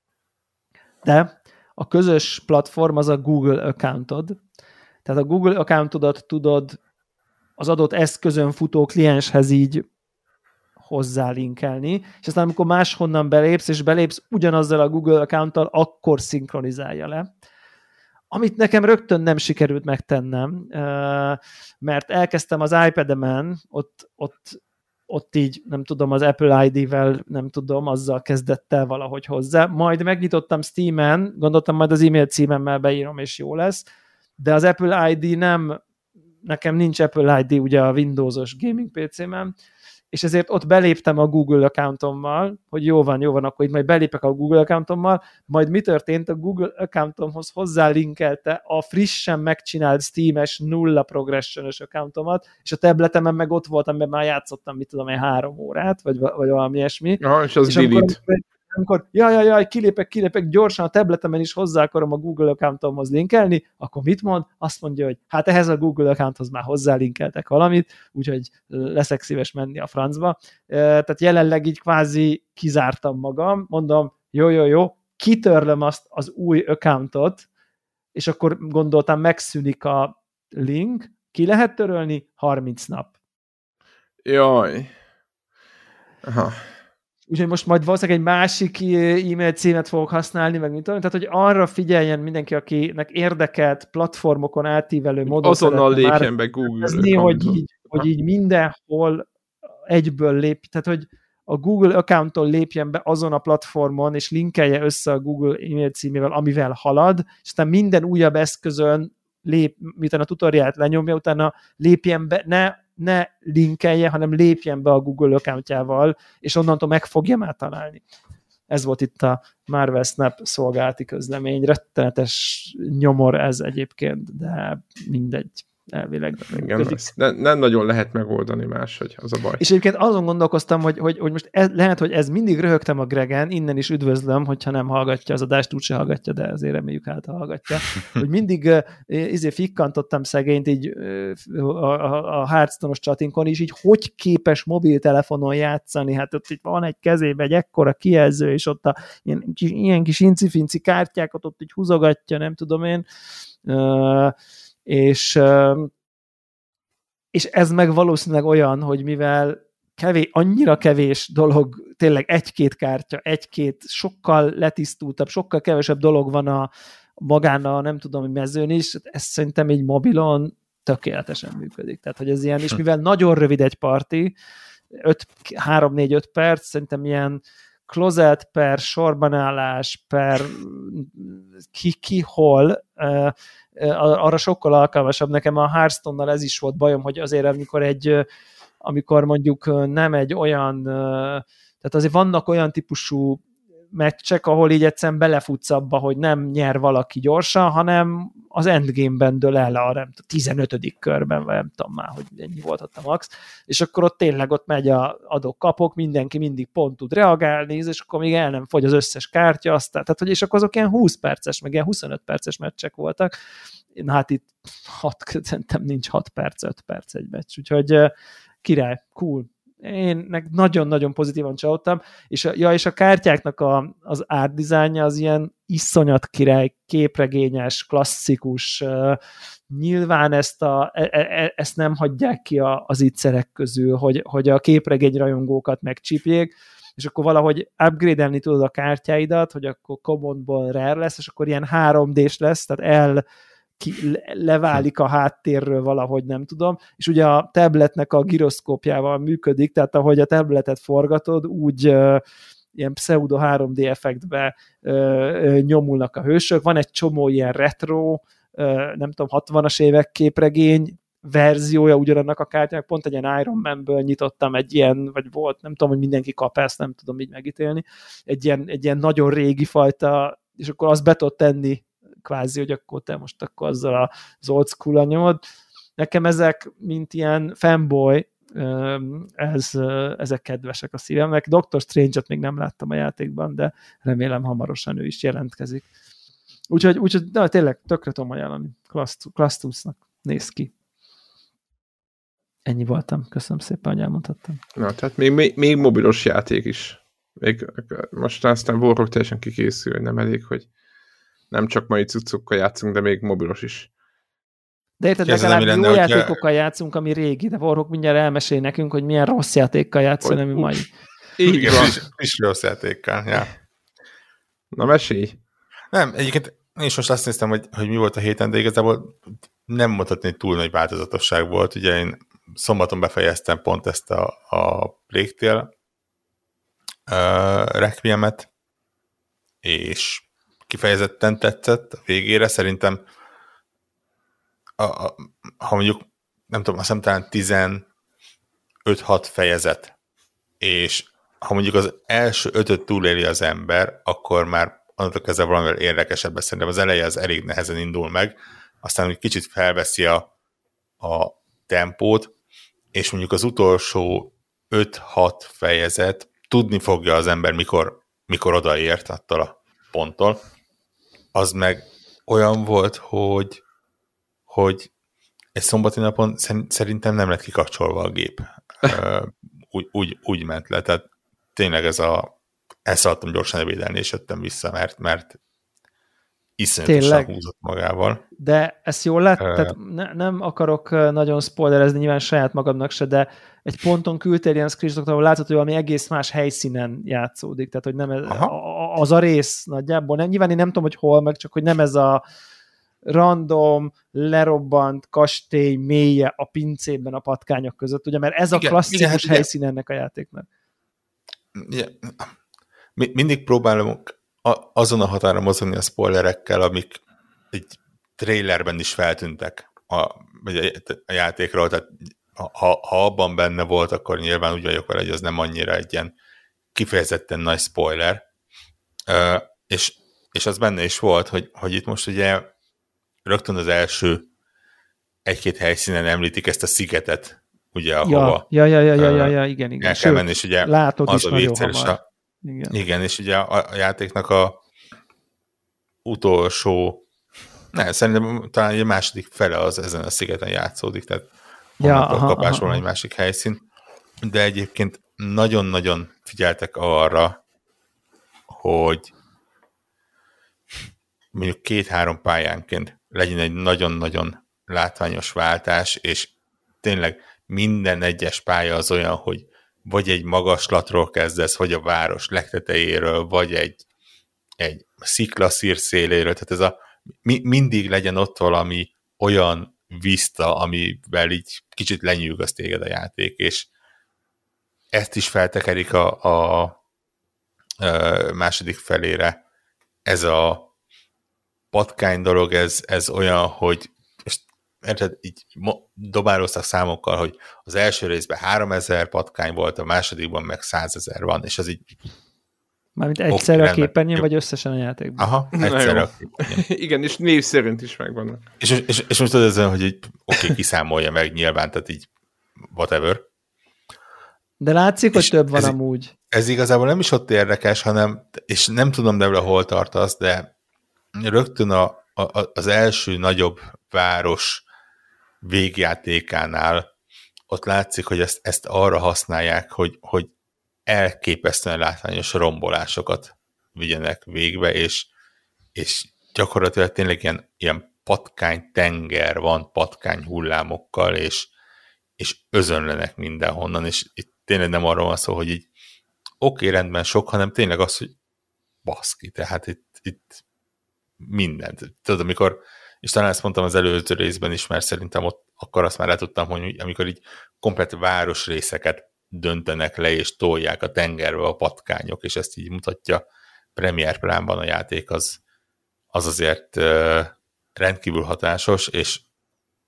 de a közös platform az a Google accountod, tehát a Google accountodat tudod az adott eszközön futó klienshez így hozzálinkelni, és aztán amikor máshonnan belépsz, és belépsz ugyanazzal a Google accounttal, akkor szinkronizálja le. Amit nekem rögtön nem sikerült megtennem, mert elkezdtem az iPad-emen, ott, ott, ott így, nem tudom, az Apple i dé-vel, nem tudom, azzal kezdett el valahogy hozzá. Majd megnyitottam Steam-en, gondoltam, majd az e-mail címemmel beírom, és jó lesz, de az Apple i dé nem, nekem nincs Apple i dé ugye a Windowsos gaming pé cé-men, és ezért ott beléptem a Google accountommal, hogy jó van, jó van, akkor itt majd belépek a Google accountommal, majd mi történt? A Google accountomhoz hozzálinkelte a frissen megcsinált Steam-es nulla progression-ös accountomat, és a tabletemen meg ott voltam, mert már játszottam, mit tudom én, három órát, vagy, vagy valami ilyesmi. Ja, és az és delete. Amikor, amikor jaj, jaj, jaj, kilépek, kilépek, gyorsan a tabletemen is hozzá akarom a Google accountomhoz linkelni, akkor mit mond? Azt mondja, hogy hát ehhez a Google accounthoz már hozzálinkeltek valamit, úgyhogy leszek szíves menni a francba. Tehát jelenleg így kvázi kizártam magam, mondom, jó, jó, jó, kitörlöm azt az új accountot, és akkor gondoltam, megszűnik a link, ki lehet törölni? harminc nap. Jaj. Aha. Úgyhogy most majd valószínűleg egy másik e-mail címet fogok használni, meg mint tudom, tehát hogy arra figyeljen mindenki, akinek érdekelt platformokon átívelő módon azonnal lépjen be Google. Hogy így, hogy így mindenhol egyből lép, tehát hogy a Google accounttól lépjen be azon a platformon, és linkelje össze a Google e-mail címével, amivel halad, és aztán minden újabb eszközön lép, miután a tutoriált lenyomja, utána lépjen be, ne ne linkelje, hanem lépjen be a Google accountjával, és onnantól meg fogja már találni. Ez volt itt a Marvel Snap szolgálati közlemény. Rettenetes nyomor ez egyébként, de mindegy. Elvileg. Igen, ne, nem nagyon lehet megoldani máshogy, az a baj. És egyébként azon gondolkoztam, hogy, hogy, hogy most ez, lehet, hogy ez mindig röhögtem a Gregen, innen is üdvözlöm, hogyha nem hallgatja az adást, úgyse hallgatja, de azért reméljük hát hallgatja, hogy mindig uh, izé fikkantottam szegényt így uh, a, a, a Hearthstone-os csatinkon is, így hogy képes mobiltelefonon játszani, hát ott itt van egy kezébe egy ekkora kijelző, és ott a ilyen, ilyen kis incifinci kártyákat ott így húzogatja, nem tudom én, uh, és, és ez meg valószínűleg olyan, hogy mivel kevés, annyira kevés dolog, tényleg egy-két kártya, egy-két sokkal letisztultabb, sokkal kevesebb dolog van a magán a nem tudom, mezőn is, ez szerintem egy mobilon tökéletesen működik. Tehát, hogy ez ilyen, és mivel nagyon rövid egy parti, három-négy-öt perc, szerintem ilyen closet per sorbanállás per ki, ki hol, arra sokkal alkalmasabb. Nekem a Hearthstone-nal ez is volt bajom, hogy azért amikor egy, amikor mondjuk nem egy olyan, tehát azért vannak olyan típusú meccsek, ahol így egyszerűen belefutsz abba, hogy nem nyer valaki gyorsan, hanem az endgame-ben dől el a nem, tizenötödik körben, vagy nem tudom már, hogy ennyi volt ott a max, és akkor ott tényleg ott megy a adok-kapok, mindenki mindig pont tud reagálni, és akkor még el nem fogy az összes kártya, aztán, tehát, hogy és akkor azok ilyen húsz perces, meg ilyen huszonöt perces meccsek voltak. Na hát itt hat, szerintem nincs hat perc, öt perc egy meccs, úgyhogy király, cool. Én nagyon-nagyon pozitívan csalódtam, és a, ja, és a kártyáknak a, az ártdizájnja az ilyen iszonyat király, képregényes, klasszikus, uh, nyilván ezt, a, e, e, ezt nem hagyják ki a, az ígyszerek közül, hogy, hogy a képregény rajongókat megcsípjék, és akkor valahogy upgrade-elni tudod a kártyáidat, hogy akkor commonból rare lesz, és akkor ilyen három dés lesz, tehát el Ki, leválik a háttérről valahogy, nem tudom, és ugye a tabletnek a giroszkópjával működik, tehát ahogy a tabletet forgatod, úgy uh, ilyen pseudo három dé effektbe uh, uh, nyomulnak a hősök, van egy csomó ilyen retro, uh, nem tudom, hatvanas évek képregény, verziója ugyanannak a kártyának, pont egy ilyen Iron Man-ből nyitottam egy ilyen, vagy volt, nem tudom, hogy mindenki kap ezt, nem tudom így megítélni, egy ilyen, egy ilyen nagyon régi fajta, és akkor azt be tudod tenni kvázi, hogy akkor te most akkor azzal az old school-a nyomod. Nekem ezek, mint ilyen fanboy, ez, ezek kedvesek a szívemnek. doktor Strange-et még nem láttam a játékban, de remélem hamarosan ő is jelentkezik. Úgyhogy, úgyhogy de tényleg tökre tudom ajánlani. Klastusnak néz ki. Ennyi voltam. Köszönöm szépen, hogy elmondhattam. Na, tehát még, még, még mobilos játék is. Még most aztán Warhawk teljesen kikészül, hogy nem elég, hogy nem csak mai cuccokkal játszunk, de még mobilos is. De érted, legalább jó lenne, játékokkal hogyha... játszunk, ami régi, de Warhawk mindjárt elmesél nekünk, hogy milyen rossz játékkal játszol, ami mai. Igen, is, is rossz játékkal, ja. Na, mesélj! Nem, egyébként én is most azt néztem, hogy, hogy mi volt a héten, de igazából nem mondhatni, hogy túl nagy változatosság volt. Ugye én szombaton befejeztem pont ezt a, a Plague Tale uh, Requiemet, és kifejezetten tetszett a végére. Szerintem a, a, ha mondjuk, nem tudom, azt hiszem talán tizenöt-hat fejezet, és ha mondjuk az első ötöt túléli az ember, akkor már annak kezdve valamivel érdekesebb, szerintem az eleje az elég nehezen indul meg, aztán egy kicsit felveszi a, a tempót, és mondjuk az utolsó öt-hat fejezet tudni fogja az ember, mikor, mikor odaért attól a ponttól. Az meg olyan volt, hogy, hogy egy szombati napon szerintem nem lett kikapcsolva a gép. úgy, úgy, úgy ment le, tehát tényleg ez a elszaladtam gyorsan ebédelni, és jöttem vissza, mert, mert iszonyatosan húzott magával. De ezt jól lett? Uh, Tehát ne, nem akarok nagyon spoilerezni nyilván saját magamnak se, de egy ponton küldtél ilyen screenshotot, ahol látod, hogy valami egész más helyszínen játszódik. Tehát, hogy nem ez, a, az a rész nagyjából. Nem, nyilván én nem tudom, hogy hol, meg csak, hogy nem ez a random, lerobbant kastély mélye a pincében a patkányok között, ugye, mert ez igen, a klasszikus igen, helyszín igen. ennek a játéknak. Igen. Mindig próbálom azon a határon mozogni a spoilerekkel, amik egy trailerben is feltűntek a, a játékról, tehát ha, ha abban benne volt, akkor nyilván úgy vagyok vele, hogy az nem annyira egy ilyen kifejezetten nagy spoiler, uh, és, és az benne is volt, hogy, hogy itt most ugye rögtön az első egy-két helyszínen említik ezt a szigetet, ugye, ahova ja, ja, ja, ja, ja, ja, igen, igen. el kell menni, és ugye látod az is a végszer, és a Igen. Igen, és ugye a, a játéknak a utolsó, ne, szerintem talán egy második fele az ezen a szigeten játszódik, tehát ja, kapásol egy másik helyszín, de egyébként nagyon-nagyon figyeltek arra, hogy mondjuk két-három pályánként legyen egy nagyon-nagyon látványos váltás, és tényleg minden egyes pálya az olyan, hogy vagy egy magaslatról kezdesz, vagy a város legtetejéről, vagy egy, egy sziklaszír széléről, tehát ez a, mi, mindig legyen ott valami olyan vista, amivel így kicsit lenyűgöz téged a játék, és ezt is feltekerik a, a, a második felére. Ez a patkány dolog, ez, ez olyan, hogy érted, így dobálóztak számokkal, hogy az első részben háromezer patkány volt, a másodikban meg százezer van, és az így... Mármint egyszerre okay, a képernyőn, vagy összesen a játékban? Aha, egyszerre a képernyőn. Igen, és név szerint is megvannak. És, és, és most tudod ezen, hogy így oké, okay, kiszámolja meg nyilván, tehát így whatever. De látszik, hogy és több van ez, amúgy. Ez igazából nem is ott érdekes, hanem, és nem tudom, de hol tartasz, de rögtön a, a, az első nagyobb város végjátékánál ott látszik, hogy ezt, ezt arra használják, hogy, hogy elképesztően látványos rombolásokat vigyenek végbe, és, és gyakorlatilag tényleg ilyen, ilyen patkány tenger van, patkány hullámokkal, és, és özönlenek mindenhonnan, és itt tényleg nem arról van szó, hogy így oké, okay, rendben sok, hanem tényleg az, hogy baszki, tehát itt, itt mindent. Tudod, amikor és talán ezt mondtam az előző részben is, mert szerintem ott akkor azt már letudtam, hogy amikor így komplet városrészeket döntenek le, és tolják a tengerbe a patkányok, és ezt így mutatja Premier plánban a játék, az, az azért uh, rendkívül hatásos, és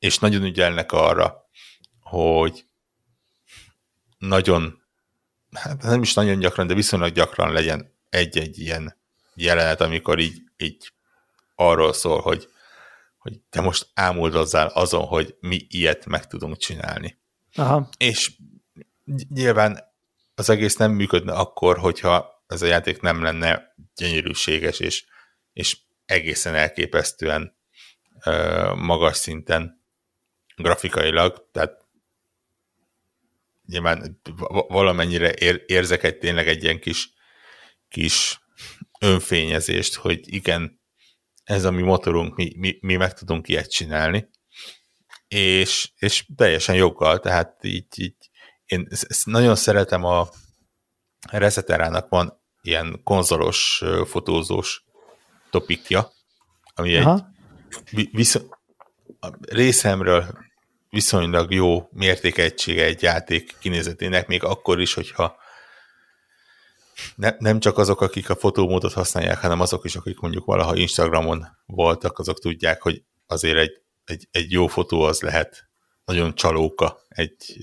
és nagyon ügyelnek arra, hogy nagyon, hát nem is nagyon gyakran, de viszonylag gyakran legyen egy-egy ilyen jelenet, amikor így, így arról szól, hogy, hogy te most ámuldozzál azon, hogy mi ilyet meg tudunk csinálni. Aha. És nyilván az egész nem működne akkor, hogyha ez a játék nem lenne gyönyörűséges, és, és egészen elképesztően uh, magas szinten grafikailag, tehát nyilván valamennyire ér, érzek egy tényleg egy ilyen kis, kis önfényezést, hogy igen, ez a mi motorunk, mi, mi, mi meg tudunk ilyet csinálni, és, és teljesen joggal, tehát így, így én nagyon szeretem a Reseterának van ilyen konzolos, fotózós topikja, ami Aha. egy visz- a részemről viszonylag jó mértékegysége egy játék kinézetének, még akkor is, hogyha ne, nem csak azok, akik a fotómódot használják, hanem azok is, akik mondjuk valaha Instagramon voltak, azok tudják, hogy azért egy, egy, egy jó fotó az lehet nagyon csalóka egy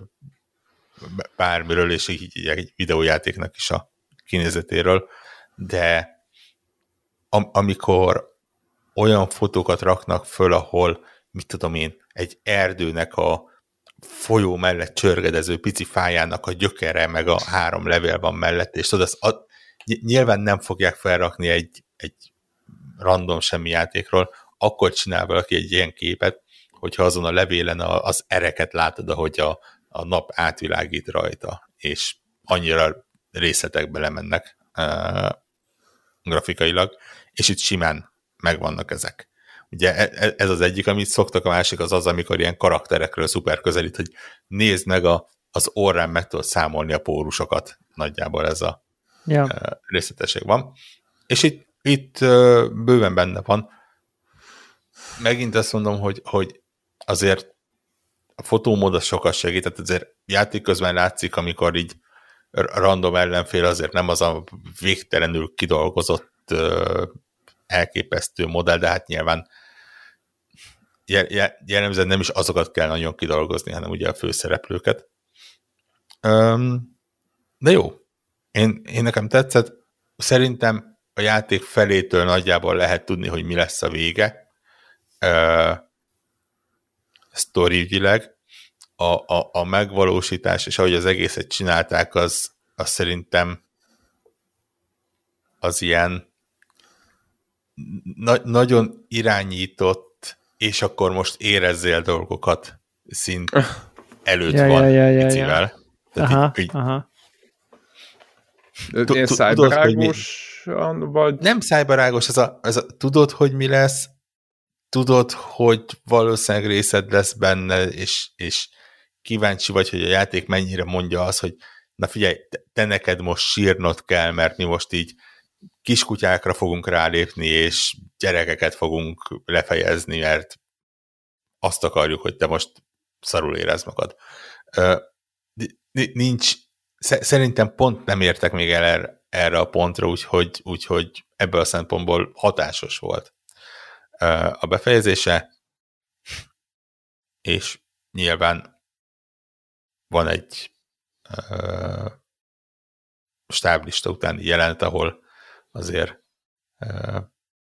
bármiről, és így egy videójátéknak is a kinézetéről, de am- amikor olyan fotókat raknak föl, ahol, mit tudom én, egy erdőnek a folyó mellett csörgedező pici fájának a gyökere, meg a három levél van mellett, és tudod, azt a, nyilván nem fogják felrakni egy, egy random semmi játékról, akkor csinál valaki egy ilyen képet, hogyha azon a levélen az ereket látod, ahogy a, a nap átvilágít rajta, és annyira részletekbe lemennek uh, grafikailag, és itt simán megvannak ezek. Ugye ez az egyik, amit szoktak, a másik az az, amikor ilyen karakterekről szuper közelít, hogy nézd meg a, az orrán, meg tudod számolni a pórusokat. Nagyjából ez a ja. uh, részletesség van. És itt, itt uh, bőven benne van. Megint azt mondom, hogy, hogy azért a fotómód az sokat segít, tehát azért játék közben látszik, amikor így random ellenfél azért nem az a végtelenül kidolgozott uh, elképesztő modell, de hát nyilván jellemzően nem is azokat kell nagyon kidolgozni, hanem ugye a főszereplőket. Um, de jó. Én, én nekem tetszett. Szerintem a játék felétől nagyjából lehet tudni, hogy mi lesz a vége. Uh, sztoriügyileg. A, a, a megvalósítás, és ahogy az egészet csinálták, az, az szerintem az ilyen na- nagyon irányított, és akkor most érezzél dolgokat szint előtt ja, van ja, ja, ja, picivel. Ja. Aha, így, aha. Ilyen szájbarágosan, vagy? Nem szájbarágos, ez a, ez a, tudod, hogy mi lesz, tudod, hogy valószínűleg részed lesz benne, és, és kíváncsi vagy, hogy a játék mennyire mondja azt, hogy na figyelj, te neked most sírnod kell, mert mi most így kiskutyákra fogunk rálépni, és gyerekeket fogunk lefejezni, mert azt akarjuk, hogy te most szarul érezd magad. Nincs, szerintem pont nem értek még el erre a pontra, úgyhogy, úgyhogy ebből a szempontból hatásos volt a befejezése, és nyilván van egy uh, stáblista utáni jelenet, ahol azért uh,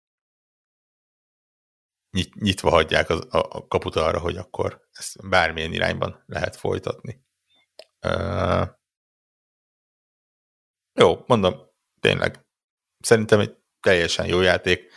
nyit, nyitva hagyják az, a, a kaput arra, hogy akkor ezt bármilyen irányban lehet folytatni. Uh, jó, mondom, tényleg szerintem egy teljesen jó játék.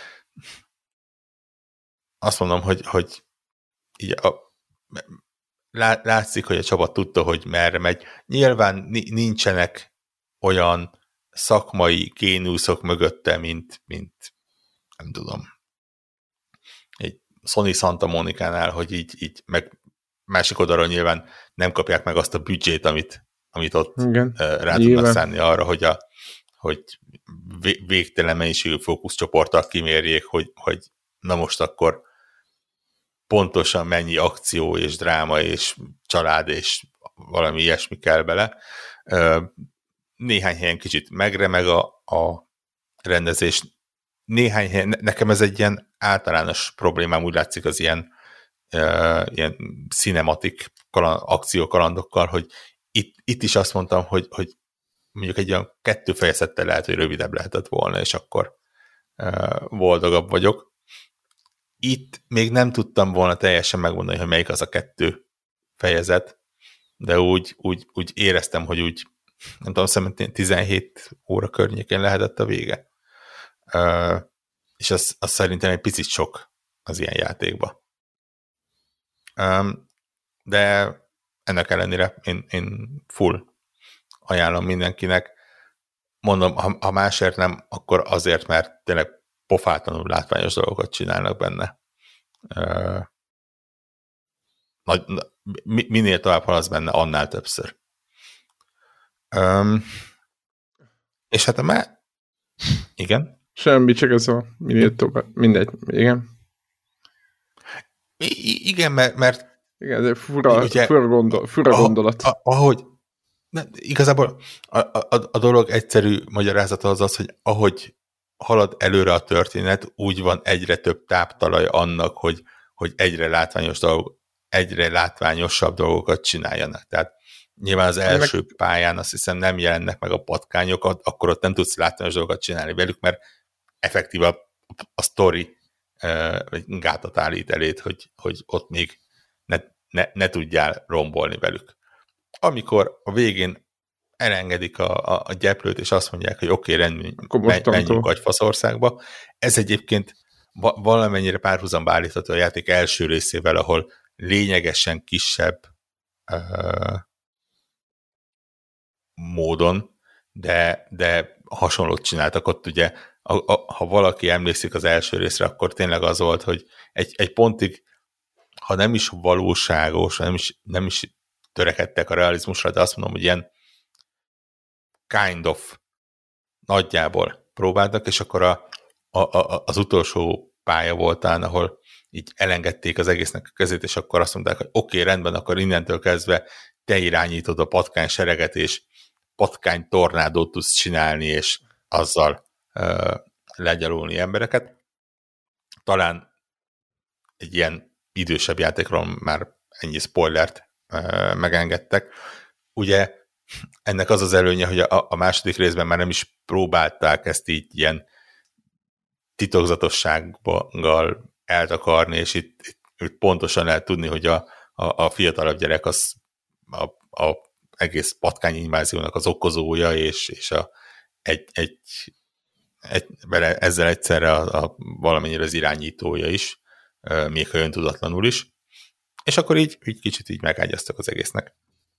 Azt mondom, hogy, hogy így a, látszik, hogy a csapat tudta, hogy merre megy. Nyilván nincsenek olyan szakmai génuszok mögötte, mint, mint nem tudom, egy Sony Santa Monica-nál, hogy így, így meg másik oldalról nyilván nem kapják meg azt a büdzsét, amit, amit ott igen, rá tudnak szánni arra, hogy, a, hogy végtelen mennyiségű fókuszcsoporttal kimérjék, hogy, hogy na most akkor pontosan mennyi akció és dráma és család és valami ilyesmi kell bele. Néhány helyen kicsit megremeg a, a rendezés. Néhány helyen, nekem ez egy ilyen általános problémám, úgy látszik az ilyen uh, ilyen cinematik kaland, akciókalandokkal, hogy itt, itt is azt mondtam, hogy, hogy mondjuk egy olyan kettő fejezettel lehet, hogy rövidebb lehetett volna, és akkor uh, boldogabb vagyok. Itt még nem tudtam volna teljesen megmondani, hogy melyik az a kettő fejezet, de úgy, úgy, úgy éreztem, hogy úgy, nem tudom, szerintem tizenhét óra környékén lehetett a vége. Uh, és az, az szerintem egy picit sok az ilyen játékba. Um, de ennek ellenére én, én full ajánlom mindenkinek. Mondom, ha, ha másért nem, akkor azért, mert tényleg pofátlanul látványos dolgokat csinálnak benne. Uh, nagy, minél tovább haladsz benne, annál többször. Um, és hát a már... Igen? Semmi, csak ez a minél tovább. Mindegy, igen. I- igen, mert... mert igen, ez egy fura, ugye, fura, gondol, fura a, gondolat. A, ahogy... Nem, igazából a, a, a dolog egyszerű magyarázata az az, hogy ahogy halad előre a történet, úgy van egyre több táptalaj annak, hogy, hogy egyre látványos dolgok, egyre látványosabb dolgokat csináljanak. Tehát nyilván az első meg... pályán azt hiszem nem jelennek meg a patkányokat, akkor ott nem tudsz látványos dolgokat csinálni velük, mert effektív a, a sztori uh, gátat állít elét, hogy, hogy ott még ne, ne, ne tudjál rombolni velük. Amikor a végén elengedik a, a, a gyeplőt, és azt mondják, hogy oké, okay, rendben, menjünk agyfaszországba. Ez egyébként va- valamennyire párhuzamba állítható a játék első részével, ahol lényegesen kisebb uh, módon, de, de hasonlót csináltak ott ugye, a, a, ha valaki emlékszik az első részre, akkor tényleg az volt, hogy egy, egy pontig, ha nem is valóságos, nem is, nem is törekedtek a realizmusra, de azt mondom, hogy ilyen kind of nagyjából próbáltak, és akkor a, a, a, az utolsó pálya voltán, ahol így elengedték az egésznek a kezét, és akkor azt mondták, hogy oké, okay, rendben, akkor innentől kezdve te irányítod a patkány sereget, és patkány tornádót tudsz csinálni, és azzal uh, legyalulni embereket. Talán egy ilyen idősebb játékról már ennyi spoilert uh, megengedtek. Ugye ennek az az előnye, hogy a, a második részben már nem is próbálták ezt így ilyen titokzatossággal eltakarni, és itt, itt, itt pontosan lehet tudni, hogy a, a, a fiatalabb gyerek az a, a egész patkányinváziónak az okozója, és, és a, egy, egy, egy, ezzel egyszerre a, a, valamennyire az irányítója is, még ha öntudatlanul is. És akkor így, így kicsit így megágyaztak az egésznek.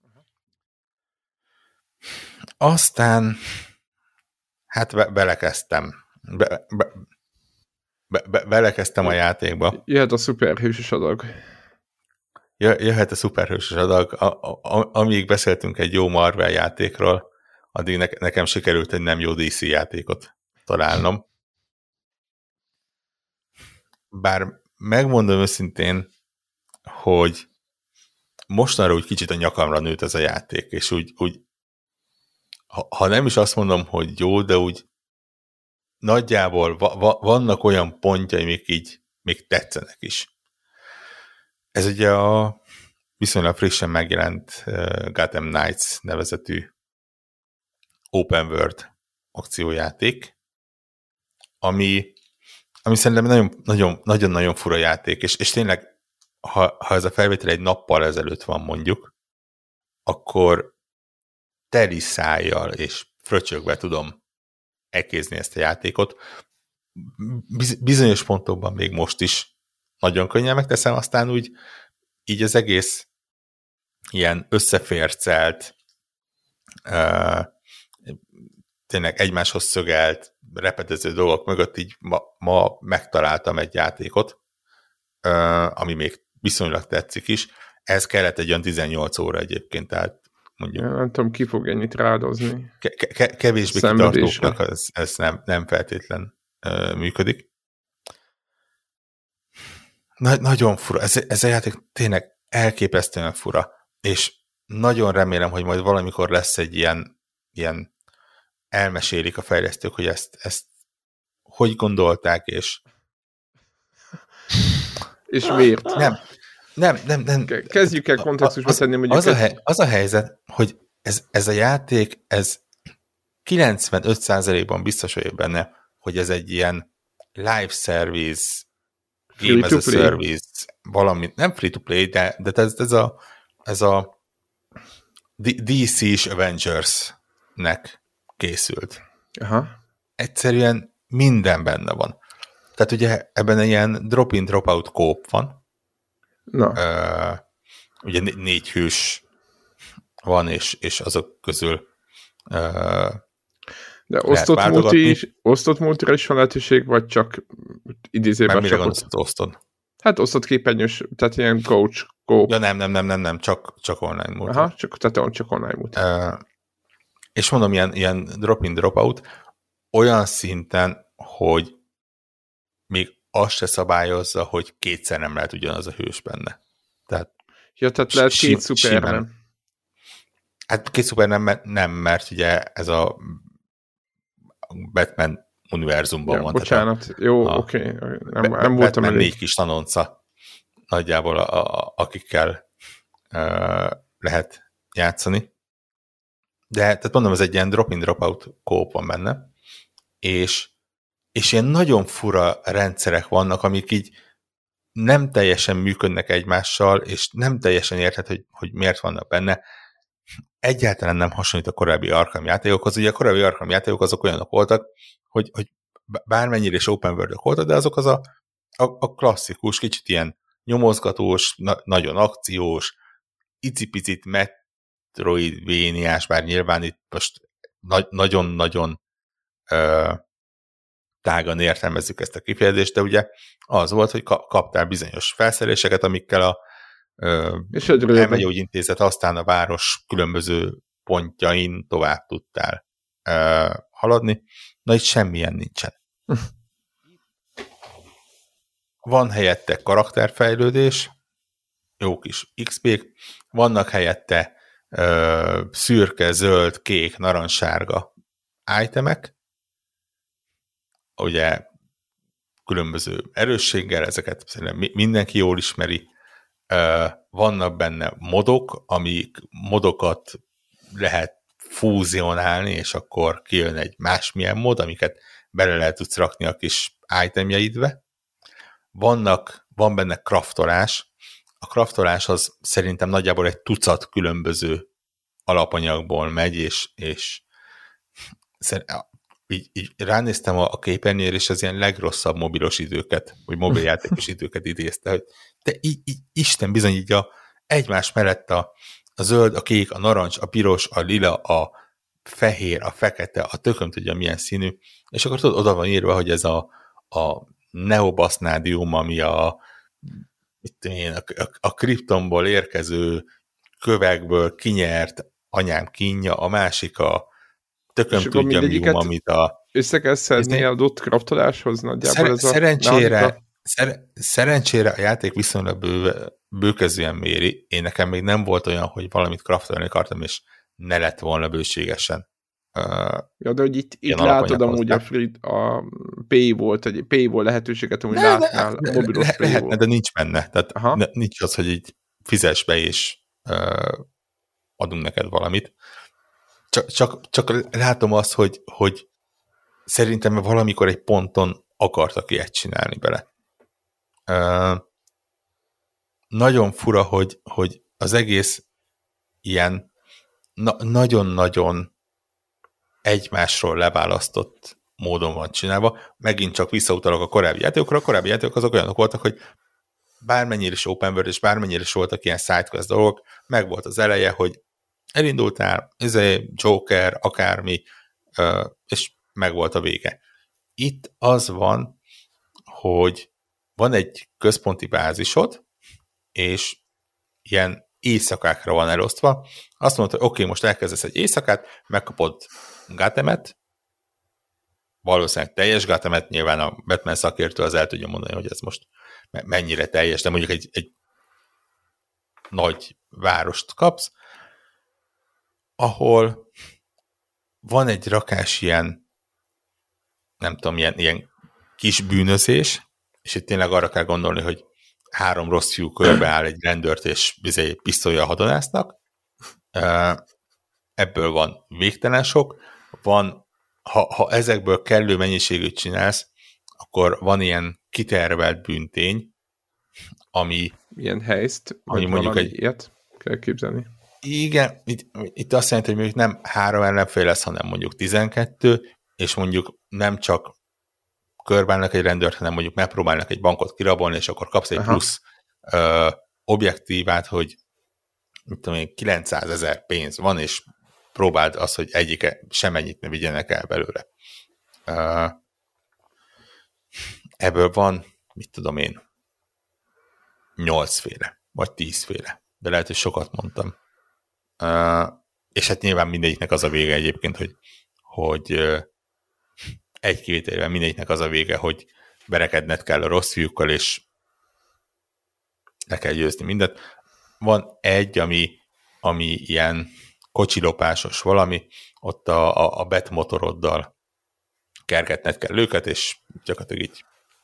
Aztán hát be, belekezdtem. Be, be, be, be, belekezdtem a játékba. Jöhet a szuperhősös adag. Jöhet a szuperhősös adag. A, a, amíg beszéltünk egy jó Marvel játékról, addig ne, nekem sikerült egy nem jó dé cé játékot találnom. Bár megmondom őszintén, hogy mostanra úgy kicsit a nyakamra nőtt ez a játék, és úgy, úgy ha, ha nem is azt mondom, hogy jó, de úgy nagyjából va, va, vannak olyan pontjai, amik így még tetszenek is. Ez ugye a viszonylag frissen megjelent uh, Gotham Knights nevezetű open world akciójáték, ami, ami szerintem nagyon-nagyon fura játék, és, és tényleg, ha, ha ez a felvétel egy nappal ezelőtt van mondjuk, akkor teli szájjal és fröcsögve tudom elkézni ezt a játékot. Bizonyos pontokban még most is nagyon könnyen megteszem, aztán úgy így az egész ilyen összefércelt, uh, tényleg egymáshoz szögelt, repedező dolgok mögött így ma, ma megtaláltam egy játékot, uh, ami még viszonylag tetszik is. Ez kellett egy olyan tizennyolc óra egyébként, tehát mondjuk... Ja, nem tudom, ki fog ennyit rádozni. Ke- ke- kevésbé kitartóknak ez, ez nem, nem feltétlen uh, működik. Na, nagyon fura. Ez, ez a játék tényleg elképesztően fura, és nagyon remélem, hogy majd valamikor lesz egy ilyen, ilyen elmesélik a fejlesztők, hogy ezt, ezt hogy gondolták, és és miért? Nem. Nem, nem, nem. Kezdjük el kontextusba tenni, mondjuk... Az, a hely, az a helyzet, hogy ez, ez a játék, ez kilencvenöt százalékban biztos vagyok benne, hogy ez egy ilyen live service, game as a service, valami, nem free-to-play, de, de ez, ez a, ez a dé cés Avengers-nek készült. Aha. Egyszerűen minden benne van. Tehát ugye ebben ilyen drop-in, drop-out kóp van. Na. Uh, ugye négy hős van, és, és azok közül uh, de osztott multi is, osztott multira is van lehetőség, vagy csak idézőben csak... Mire osztod? Hát osztott képernyős, tehát ilyen coach, kóp. Ja nem, nem, nem, nem, nem, csak, csak online multi. Aha, csak, tehát csak online multi. Uh, és mondom, ilyen, ilyen drop-in, drop-out olyan szinten, hogy még azt se szabályozza, hogy kétszer nem lehet ugyanaz a hős benne. Tehát, ja, tehát lehet két Superman. Hát két Superman nem, mert ugye ez a Batman univerzumban ja, van. Bocsánat, tehát jó, oké. Okay. Nem, Be- nem voltam elég. négy kis tanonca nagyjából, a, a, akikkel uh, lehet játszani. De tehát mondom, ez egy ilyen drop-in, drop-out kóp van benne, és, és ilyen nagyon fura rendszerek vannak, amik így nem teljesen működnek egymással, és nem teljesen érted, hogy, hogy miért vannak benne. Egyáltalán nem hasonlít a korábbi Arkham játékokhoz. Ugye a korábbi Arkham játékok azok olyanok voltak, hogy, hogy bármennyire is open world-ök voltak, de azok az a, a, a klasszikus, kicsit ilyen nyomozgatós, na, nagyon akciós, icipicit metroidvéniás, bár nyilván itt most na, nagyon-nagyon ö, tágan értelmezzük ezt a kifejezést, de ugye az volt, hogy kaptál bizonyos felszereléseket, amikkel a és elmegyógyintézet, aztán a város különböző pontjain tovább tudtál uh, haladni. Na itt semmilyen nincsen. Van helyette karakterfejlődés, jó kis iksz pék, vannak helyette uh, szürke, zöld, kék, narancssárga itemek, ugye különböző erősséggel, ezeket szerintem mindenki jól ismeri. Uh, vannak benne modok, amik modokat lehet fúzionálni, és akkor kijön egy másmilyen mod, amiket bele lehet tudsz rakni a kis itemjeidbe. Vannak, van benne kraftolás. A kraftolás az szerintem nagyjából egy tucat különböző alapanyagból megy, és, és így, így ránéztem a, a képernyőre, és az ilyen legrosszabb mobilos időket, vagy mobiljátékos időket idézte, hogy de így, így, Isten bizony így a, egymás mellett a, a zöld, a kék, a narancs, a piros, a lila, a fehér, a fekete, a tököm tudja milyen színű, és akkor tudod, oda van írva, hogy ez a, a neobasznádium, ami a, mit én, a, a, a kriptonból érkező kövekből kinyert anyám kínja, a másik a tököm tudja mi, amit a... Össze kell szedni adott kraftoláshoz nagyjából szer- ez a... Szerencsére, szer- szerencsére a játék viszonylag bő, bőkezően méri. Én nekem még nem volt olyan, hogy valamit kraftolni akartam, és ne lett volna bőségesen. Uh, ja, de hogy itt, itt látod amúgy a, free, a pay volt, egy pay volt lehetőséget, amúgy ne, látnál ne, a mobilos le, pay lehetne, volt. de nincs benne. Tehát ne, nincs az, hogy így fizess be, és uh, adunk neked valamit. Csak, csak, csak látom azt, hogy, hogy szerintem valamikor egy ponton akartak ilyet csinálni bele. Uh, nagyon fura, hogy, hogy az egész ilyen na- nagyon-nagyon egymásról leválasztott módon van csinálva. Megint csak visszautalok a korábbi játékokra. A korábbi játékok azok olyanok voltak, hogy bármennyire is open world, és bármennyire is voltak ilyen sidequest dolgok, meg volt az eleje, hogy elindultál, izé, Joker, akármi, és meg volt a vége. Itt az van, hogy van egy központi bázisod, és ilyen éjszakákra van elosztva. Azt mondta, hogy oké, okay, most elkezdesz egy éjszakát, megkapod Gothemet, valószínűleg teljes Gothemet, nyilván a Batman szakértő az el tudja mondani, hogy ez most mennyire teljes, de mondjuk egy, egy nagy várost kapsz, ahol van egy rakás ilyen, nem tudom, ilyen, ilyen kis bűnözés, és itt tényleg arra kell gondolni, hogy három rossz fiú körbeáll egy rendőrt, és bizony pisztollyal hadonásznak. Ebből van végtelen sok. Van, ha, ha ezekből kellő mennyiségűt csinálsz, akkor van ilyen kitervelt bűntény, ami... Ilyen helyzt, ami mondjuk egy ilyet kell képzelni. Igen, itt, itt azt jelenti, hogy mondjuk nem három ellenfél lesz, hanem mondjuk tizenkettő, és mondjuk nem csak körbálnak egy rendőrt, hanem mondjuk megpróbálnak egy bankot kirabolni, és akkor kapsz egy Aha. plusz ö, objektívát, hogy mit tudom én, kilencszázezer pénz van, és próbáld azt, hogy egyike semennyit ne vigyenek el belőle. Ö, ebből van, mit tudom én, nyolcféle, vagy tízféle, de lehet, hogy sokat mondtam. Uh, és hát nyilván mindegyiknek az a vége egyébként, hogy, hogy uh, egy kivételével mindegyiknek az a vége, hogy verekedned kell a rossz fiúkkal, és le kell győzni mindent. Van egy, ami, ami ilyen kocsilopásos valami, ott a, a, a bet motoroddal kergetned kell őket, és gyakorlatilag így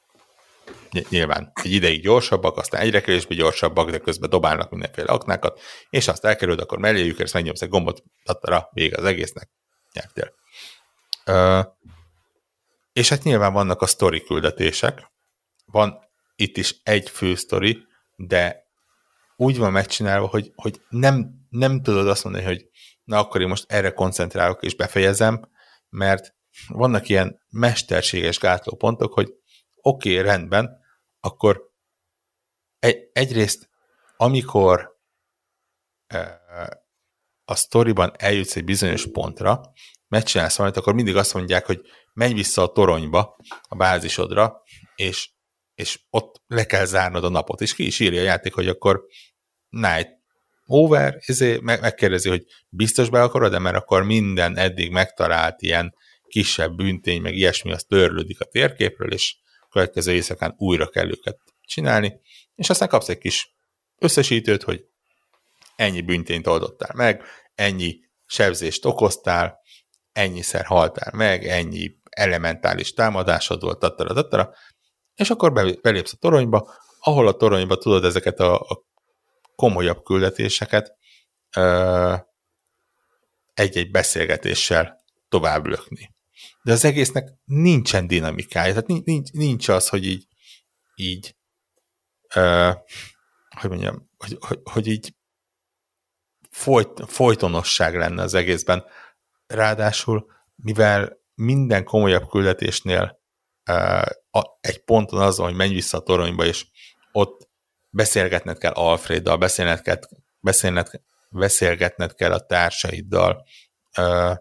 nyilván egy ideig gyorsabbak, aztán egyre kevésbé gyorsabbak, de közben dobálnak mindenféle aknákat, és azt elkerüled, akkor melléjük, és megnyomsz egy gombot, tattara, vége az egésznek, nyertél. Uh, és hát nyilván vannak a sztori küldetések, van itt is egy fő sztori, de úgy van megcsinálva, hogy, hogy nem, nem tudod azt mondani, hogy na akkor én most erre koncentrálok és befejezem, mert vannak ilyen mesterséges gátlópontok, hogy oké, okay, rendben, akkor egy, egyrészt, amikor e, a sztoriban eljutsz egy bizonyos pontra, megcsinálsz valamit, akkor mindig azt mondják, hogy menj vissza a toronyba, a bázisodra, és, és ott le kell zárnod a napot. És ki is írja a játék, hogy akkor night over, ezért meg, megkérdezi, hogy biztos be akarod, de mert akkor minden eddig megtalált ilyen kisebb bűntény, meg ilyesmi, az törlődik a térképről, és következő éjszakán újra kell őket csinálni, és aztán kapsz egy kis összesítőt, hogy ennyi bűntényt oldottál meg, ennyi sebzést okoztál, ennyiszer haltál meg, ennyi elementális támadásod volt, tattara, tattara, és akkor belépsz a toronyba, ahol a toronyba tudod ezeket a, a komolyabb küldetéseket ö, egy-egy beszélgetéssel tovább lökni. De az egésznek nincsen dinamikája, tehát nincs, nincs az, hogy így, így uh, hogy mondjam, hogy, hogy, hogy így folyt, folytonosság lenne az egészben. Ráadásul, mivel minden komolyabb küldetésnél uh, a, egy ponton az van, hogy menj vissza a toronyba, és ott beszélgetned kell Alfreddal, beszélned kell, beszélned, beszélgetned kell a társaiddal, uh,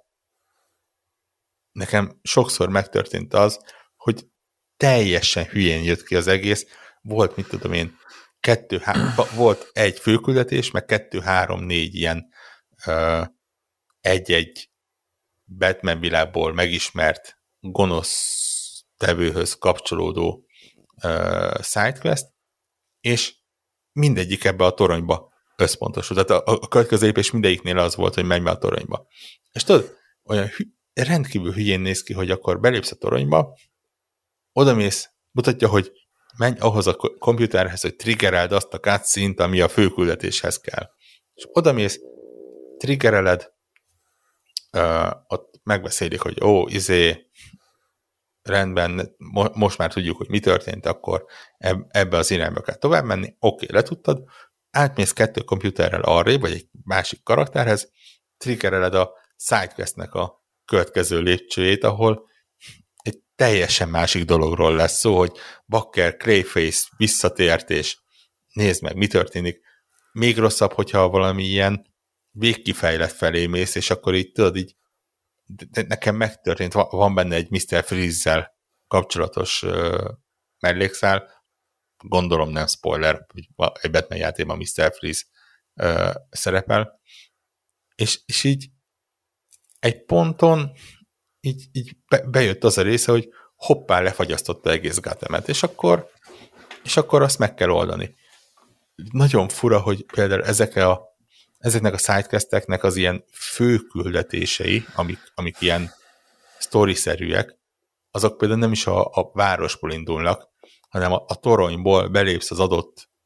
nekem sokszor megtörtént az, hogy teljesen hülyén jött ki az egész. Volt, mit tudom én, kettő, há- volt egy főküldetés, meg kettő, három, négy ilyen uh, egy-egy Batman világból megismert gonosz tevőhöz kapcsolódó uh, sidequest, és mindegyik ebbe a toronyba összpontosult. Tehát a, a következő lépés mindegyiknél az volt, hogy menj be a toronyba. És tudod, olyan hü- rendkívül hülyén néz ki, hogy akkor belépsz a toronyba, odamész, mutatja, hogy menj ahhoz a komputerhez, hogy triggereld azt a cutscene-t, ami a főküldetéshez kell. És odamész, triggereled, uh, ott megbeszélik, hogy ó, izé, rendben, mo- most már tudjuk, hogy mi történt, akkor eb- ebbe az irányba kell tovább menni, oké, okay, letudtad, átmész kettő komputerrel arrébb, vagy egy másik karakterhez, triggereled a sidequestnek a következő lépcsőjét, ahol egy teljesen másik dologról lesz szó, hogy Bakker, Clayface visszatért, és nézd meg, mi történik. Még rosszabb, hogyha valami ilyen végkifejlett felé mész, és akkor így tudod, így de nekem megtörtént, van benne egy miszter Freeze-zel kapcsolatos uh, mellékszál, gondolom nem spoiler, hogy egy Batman játékban miszter Freeze uh, szerepel, és, és így egy ponton így, így be, bejött az a része, hogy hoppá, lefagyasztotta egész Gothemet, és akkor, és akkor azt meg kell oldani. Nagyon fura, hogy például ezek a, ezeknek a sidequesteknek az ilyen fő küldetései, amik, amik ilyen sztoriszerűek, azok például nem is a, a városból indulnak, hanem a, a toronyból belépsz az adott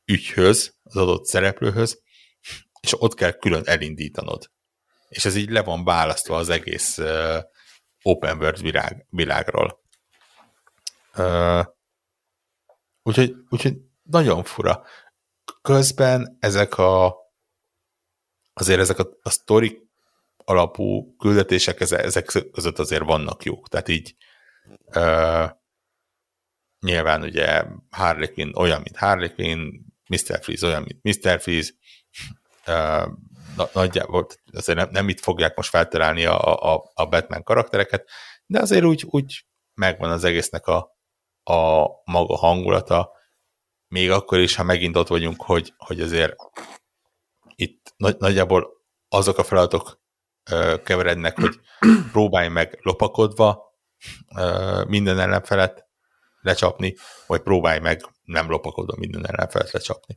ügyhöz, az adott szereplőhöz, és ott kell külön elindítanod. És ez így le van választva az egész uh, open world világ, világról. Uh, úgyhogy, úgyhogy nagyon fura. Közben ezek a azért ezek a, a sztori alapú küldetések, ezek között azért vannak jók. Tehát így uh, nyilván ugye Harley Quinn olyan, mint Harley Quinn, miszter Freeze olyan, mint miszter Freeze, uh, nagyjából azért nem, nem itt fogják most feltalálni a, a, a Batman karaktereket, de azért úgy, úgy megvan az egésznek a, a maga hangulata, még akkor is, ha megint ott vagyunk, hogy, hogy azért itt nagy, nagyjából azok a feladatok uh, keverednek, hogy próbálj meg lopakodva uh, minden ellenfelet lecsapni, vagy próbálj meg nem lopakodva minden ellenfelet lecsapni.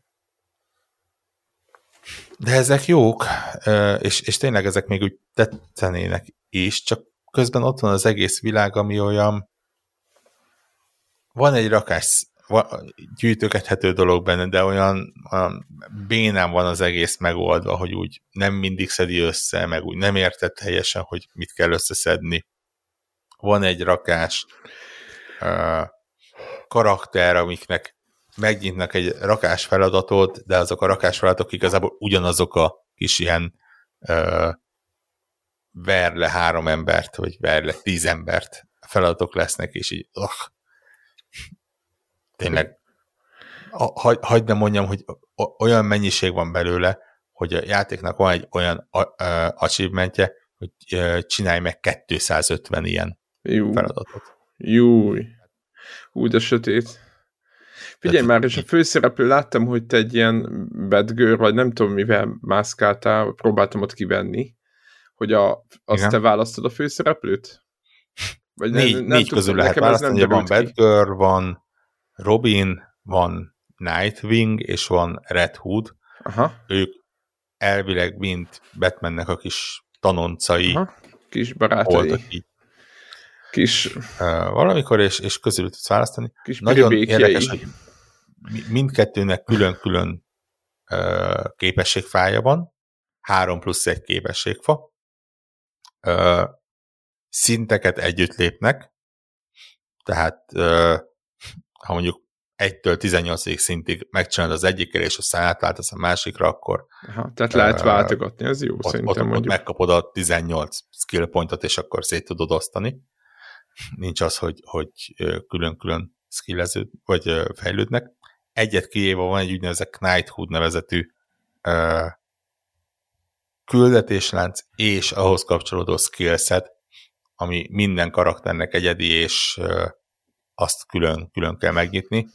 De ezek jók, és, és tényleg ezek még úgy tetszenének is, csak közben ott van az egész világ, ami olyan van egy rakás gyűjtögethető dolog benne, de olyan, olyan bénán van az egész megoldva, hogy úgy nem mindig szedi össze, meg úgy nem értett helyesen, hogy mit kell összeszedni. Van egy rakás uh, karakter, amiknek megnyitnak egy rakás feladatot, de azok a rakás feladatok igazából ugyanazok a kis ilyen uh, ver le három embert, vagy ver le tíz embert feladatok lesznek, és így uh, tényleg hagy, hagyd ne mondjam, hogy olyan mennyiség van belőle, hogy a játéknak van egy olyan uh, achievementje, hogy uh, csinálj meg kétszázötven ilyen Jú. feladatot. Júj. Úgy de sötét. Figyelj már, és a főszereplő, láttam, hogy te egy ilyen Batgirl, vagy nem tudom, mivel mászkáltál, próbáltam ott kivenni, hogy a, azt Igen. te választod a főszereplőt? Vagy négy, nem, nem négy tudom, közül lehet választani, hogy van Batgirl, van Robin, van Nightwing, és van Red Hood. Aha. Ők elvileg mind Batmannek a kis tanoncai. Aha. Kis barátai. Így. Kis... Uh, valamikor, és, és közül tudsz választani. Kis nagyon érdekes, hogy mindkettőnek külön-külön uh, képességfája van, három plusz egy képességfa, uh, szinteket együtt lépnek, tehát uh, ha mondjuk egytől tizennyolcig szintig megcsinálod az egyikkel, és aztán átváltasz a másikra, akkor Aha, tehát lehet uh, váltogatni, ez jó, ott, szerintem ott, ott megkapod a tizennyolc skill pointot, és akkor szét tudod osztani. Nincs az, hogy, hogy külön-külön skilleződ, vagy fejlődnek. Egyet kiéve van egy úgynevezett Knighthood nevezetű uh, küldetéslánc, és ahhoz kapcsolódó skillset, ami minden karakternek egyedi, és uh, azt külön, külön kell megnyitni.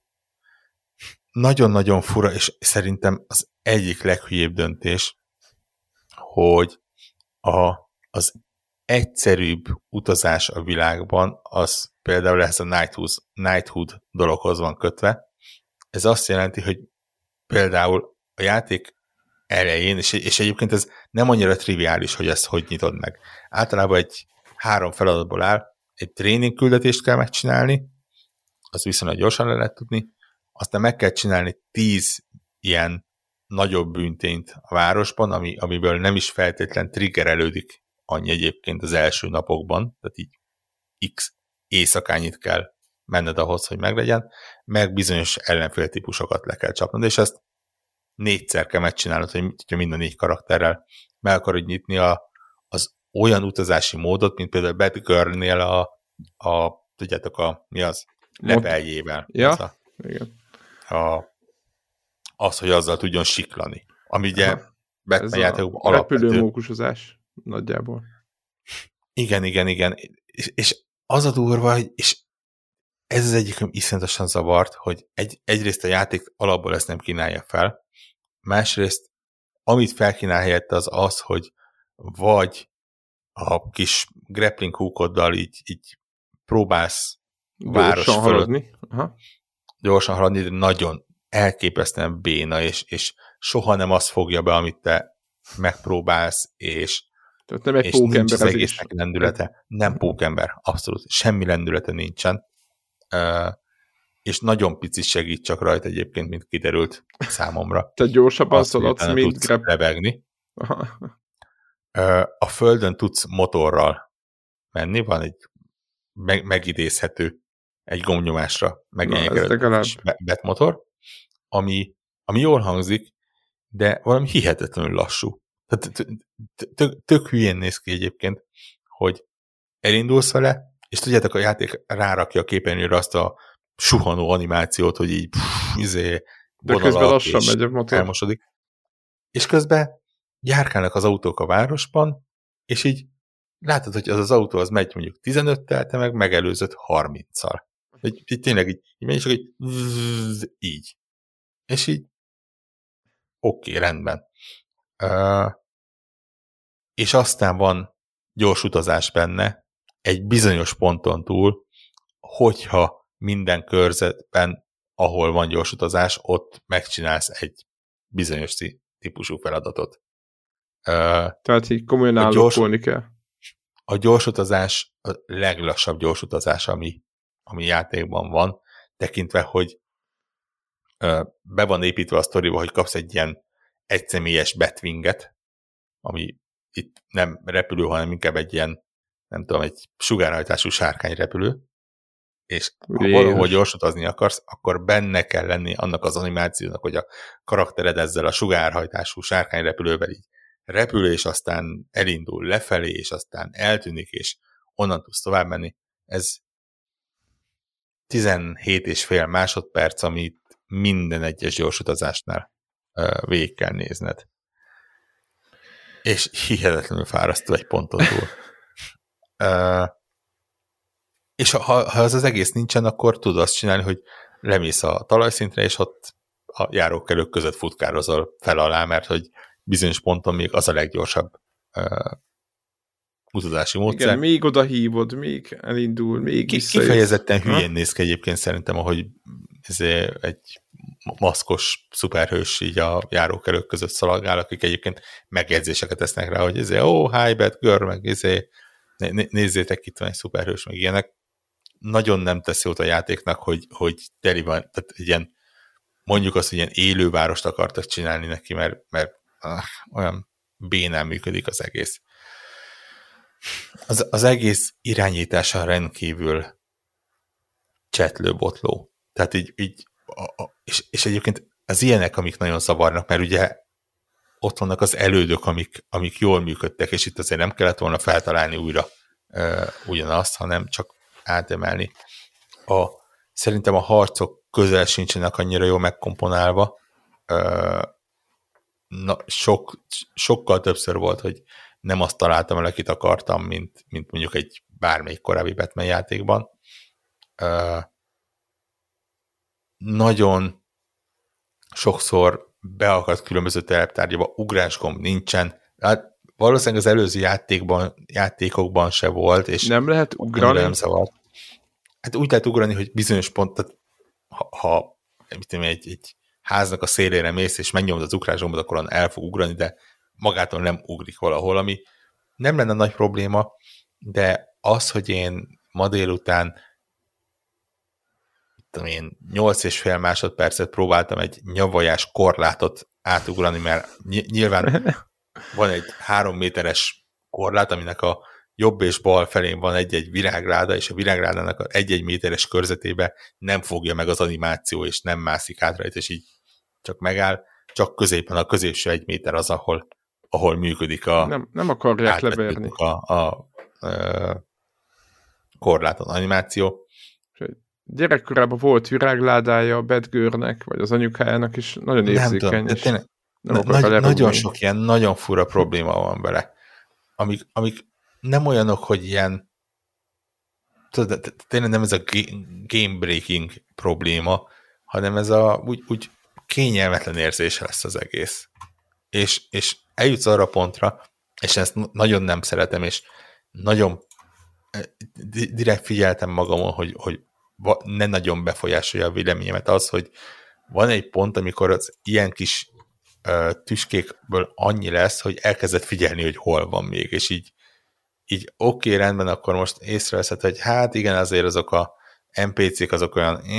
Nagyon-nagyon fura, és szerintem az egyik leghülyébb döntés, hogy a, az egyszerűbb utazás a világban, az például ez a Knighthood, Knighthood dologhoz van kötve. Ez azt jelenti, hogy például a játék elején, és, és egyébként ez nem annyira triviális, hogy ezt hogy nyitod meg. Általában egy három feladatból áll, egy tréning küldetést kell megcsinálni, az viszonylag gyorsan le lehet tudni, aztán meg kell csinálni tíz ilyen nagyobb bűntényt a városban, ami, amiből nem is feltétlen triggerelődik annyi egyébként az első napokban, tehát így x éjszakányit kell menned ahhoz, hogy meglegyen, meg bizonyos ellenfél típusokat le kell csapnod, és ezt négyszer kell megcsinálnod, hogy mind a négy karakterrel meg akarod nyitni a, az olyan utazási módot, mint például Batgirl-nél a, a tudjátok, a, mi az? Lebeljével. Ja, az, a, igen. A, az, hogy azzal tudjon siklani. Ami ugye Batman játékokban alapvető. Repülőmókusozás nagyjából. Igen, igen, igen. És, és az a durva, hogy és ez az egyik, ami iszonyatosan zavart, hogy egy, egyrészt a játék alapból ezt nem kínálja fel, másrészt amit felkínál helyette az az, hogy vagy a kis grappling hookoddal így, így próbálsz város gyorsan fölött haladni. Aha. gyorsan haladni, de nagyon elképesztően béna, és, és soha nem azt fogja be, amit te megpróbálsz, és, tehát nem egy és nincs az egésznek lendülete. Nem pókember, abszolút. Semmi lendülete nincsen. Uh, és nagyon pici segít csak rajta egyébként, mint kiderült számomra. Te gyorsabban szaladsz, mint grab. lebegni. A földön tudsz motorral menni, van egy meg, megidézhető egy gombnyomásra megenyegedett betmotor, ami, ami jól hangzik, de valami hihetetlenül lassú. Tehát tök hülyén néz ki egyébként, hogy elindulsz vele, és tudjátok, a játék rárakja a képernyőre azt a suhanó animációt, hogy így pff, izé, de közben lassan megy a motor. Elmosodik. És közben járkálnak az autók a városban, és így látod, hogy az az autó az megy mondjuk tizenöttel, te meg megelőzött harminccal. Így, így tényleg így, így megy, csak így így. És így oké, okay, rendben. Uh, és aztán van gyors utazás benne, egy bizonyos ponton túl, hogyha minden körzetben, ahol van gyors utazás, ott megcsinálsz egy bizonyos típusú feladatot. Uh, Tehát így komolyan állapolni kell. A gyors utazás a leglassabb gyors utazás, ami, ami játékban van, tekintve, hogy uh, be van építve a sztoriba, hogy kapsz egy ilyen egyszemélyes Batwinget, ami itt nem repülő, hanem inkább egy ilyen, nem tudom, egy sugárhajtású sárkányrepülő, és ha valahol gyors utazni akarsz, akkor benne kell lenni annak az animációnak, hogy a karaktered ezzel a sugárhajtású sárkányrepülővel így repül, és aztán elindul lefelé, és aztán eltűnik, és onnan tudsz tovább menni. Ez tizenhét és fél másodperc, amit minden egyes gyors utazásnál uh, végig kell nézned. És hihetetlenül fárasztó egy ponton túl. uh, és ha, ha az az egész nincsen, akkor tudod azt csinálni, hogy lemész a talajszintre, és ott a járókelők között futkározol fel alá, mert hogy bizonyos ponton még az a leggyorsabb uh, utazási módszer. Igen, még oda hívod, még elindul, még Ki, Kifejezetten hülyén ha? néz ki egyébként szerintem, ahogy egy maszkos szuperhős így a járókelők között szaladgál, akik egyébként megjegyzéseket tesznek rá, hogy izé, ó, oh, hi, bad girl, meg izé, nézzétek, itt van egy szuperhős, meg ilyenek. Nagyon nem tesz jót a játéknak, hogy, hogy teli van, tehát egy ilyen, mondjuk azt, hogy ilyen élővárost akartak csinálni neki, mert, mert ah, olyan bénán működik az egész. Az, az egész irányítása rendkívül csetlő-botló. Tehát így, így a, a, és, és egyébként az ilyenek, amik nagyon zavarnak, mert ugye ott vannak az elődök, amik, amik jól működtek, és itt azért nem kellett volna feltalálni újra uh, ugyanazt, hanem csak átemelni. A, szerintem a harcok közel sincsenek annyira jól megkomponálva. Uh, na, sok, sokkal többször volt, hogy nem azt találtam el, akit akartam, mint, mint mondjuk egy bármelyik korábbi Batman játékban. Uh, nagyon sokszor beakadt különböző tereptárgyaba, ugrásgomb nincsen. Hát valószínűleg az előző játékban, játékokban se volt, és nem lehet ugrani? Nem zavart. Hát úgy lehet ugrani, hogy bizonyos pontot, ha, ha mit én, egy, egy háznak a szélére mész, és megnyomod az ugrásgombot, akkor el fog ugrani, de magától nem ugrik valahol, ami nem lenne nagy probléma, de az, hogy én ma délután tudom én, nyolc és fél másodpercet próbáltam egy nyavajás korlátot átugrani, mert nyilván van egy három méteres korlát, aminek a jobb és bal felén van egy-egy virágráda, és a virágrádának egy-egy méteres körzetébe nem fogja meg az animáció, és nem mászik át rajta, és így csak megáll, csak középen a középső egy méter az, ahol, ahol működik a... Nem, nem akarják leverni. A, a, a korláton animáció. Gyerekkorában volt virágládája a Batgirlnek, vagy az anyukájának is nagyon érzékeny. Nem tudom, nem nagy, nagyon sok ilyen nagyon fura probléma van vele. Amik, amik nem olyanok, hogy ilyen tudod, tényleg nem ez a game breaking probléma, hanem ez a úgy, úgy kényelmetlen érzése lesz az egész. És, és eljutsz arra pontra, és ezt nagyon nem szeretem, és nagyon direkt figyeltem magamon, hogy, hogy ne nagyon befolyásolja a véleményemet az, hogy van egy pont, amikor az ilyen kis uh, tüskékből annyi lesz, hogy elkezded figyelni, hogy hol van még, és így, így oké, okay, rendben, akkor most észreveszed, hogy hát igen, azért azok a en pé cék azok olyan, eh,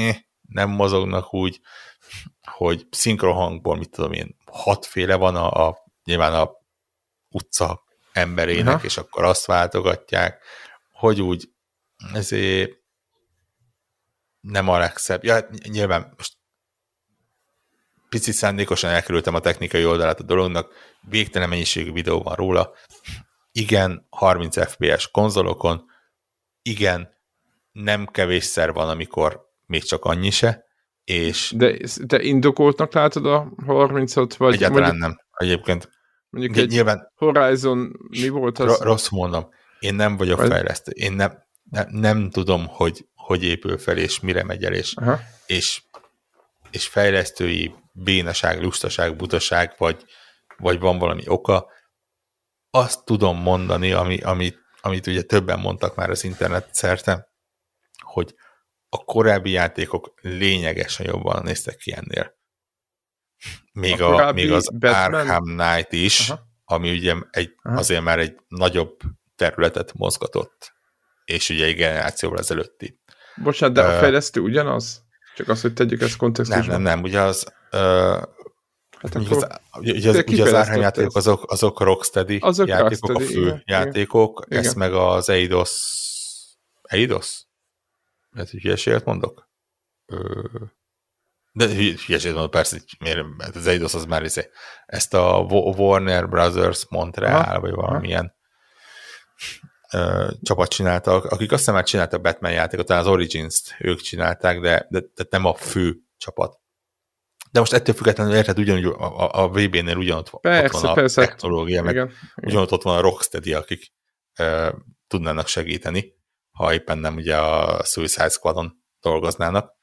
nem mozognak úgy, hogy szinkrohangból, mit tudom én, hatféle van a, a nyilván a utca emberének, aha, és akkor azt váltogatják, hogy úgy ezért nem a legszebb. Ja, nyilván most picit szándékosan elkerültem a technikai oldalát a dolognak, végtelen mennyiségű videó van róla, igen, harminc ef pé es konzolokon, igen, nem kevésszer van, amikor még csak annyi se, és... De, de indokoltnak látod a harmincat? Vagy egyáltalán mondjuk, nem. Egyébként mondjuk egy nyilván Horizon mi volt az? Rossz mondom. Én nem vagyok vagy? fejlesztő. Én nem, nem, nem tudom, hogy hogy épül fel, és mire megy el, és, és, és fejlesztői bénaság, lustaság, butaság, vagy, vagy van valami oka. Azt tudom mondani, ami, amit, amit ugye többen mondtak már az internet szerte, hogy a korábbi játékok lényegesen jobban néztek ki ennél. Még, a, a, még az Batman? Arkham Knight is, aha, ami ugye egy, azért már egy nagyobb területet mozgatott, és ugye egy generációval ezelőtti. Bocsánat, de uh, a fejlesztő ugyanaz? Csak azt, hogy tegyük ezt kontextusban. Nem, nem, nem, ugye az uh, hát ugye az, ugye az, ugye az Arkham játékok azok, azok Rocksteady azok játékok, Rocksteady, a fő igen, játékok, igen. Ezt meg az Eidos Eidos? Mert hülyeséget mondok? Ö... De hülyeséget mondok, persze, miért, az Eidos az már izé. Ezt a Warner Brothers Montreal, aha, vagy valamilyen ö, csapat csináltak, akik azt hiszem már csináltak Batman játékot, talán az Origins-t ők csinálták, de, de, de nem a fő csapat. De most ettől függetlenül érted, ugyanúgy a, a, a vé bé-nél ugyanott persze, ott van a persze. technológia, meg igen, ugyanott ott van a Rocksteady, akik ö, tudnának segíteni, ha éppen nem ugye a Suicide Squadon dolgoznának.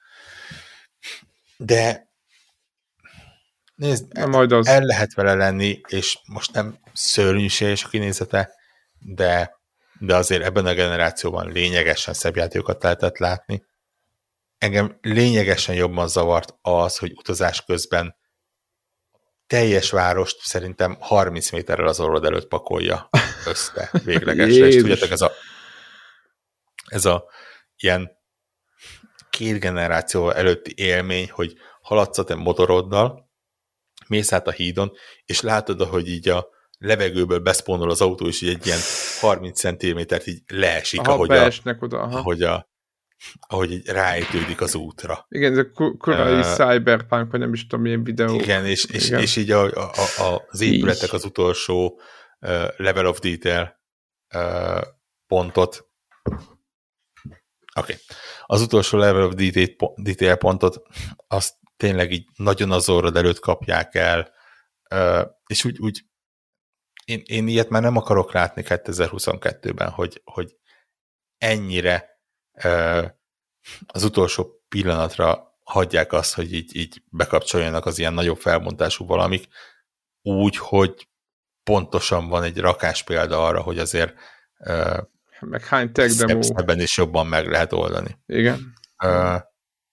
De nézd, el, majd az... el lehet vele lenni, és most nem szörnyűséges a kinézete, de, de azért ebben a generációban lényegesen szebb játékokat lehetett látni. Engem lényegesen jobban zavart az, hogy utazás közben teljes várost szerintem harminc méterrel az orrod előtt pakolja össze véglegesre. És tudjátok, ez a ez a ilyen két generáció előtti élmény, hogy haladsz a te motoroddal, mész át a hídon, és látod, hogy így a levegőből beszpónol az autó, és így egy ilyen harminc centimétert így leesik, aha, ahogy, a, oda, ahogy, a, ahogy így ráejtődik az útra. Igen, ez a korai uh, Cyberpunk, vagy nem is tudom, milyen videó. Igen, és, és, igen. és így a, a, a, az épületek az utolsó uh, level of detail uh, pontot Oké. Okay. Az utolsó level of detail pontot azt tényleg így nagyon az orrod előtt kapják el, és úgy, úgy én, én ilyet már nem akarok látni kétezer-huszonkettőben, hogy, hogy ennyire az utolsó pillanatra hagyják azt, hogy így, így bekapcsoljanak az ilyen nagyobb felbontású valamik, úgy, hogy pontosan van egy rakás példa arra, hogy azért meg hány tech demo. Szebben is jobban meg lehet oldani. Igen. Uh,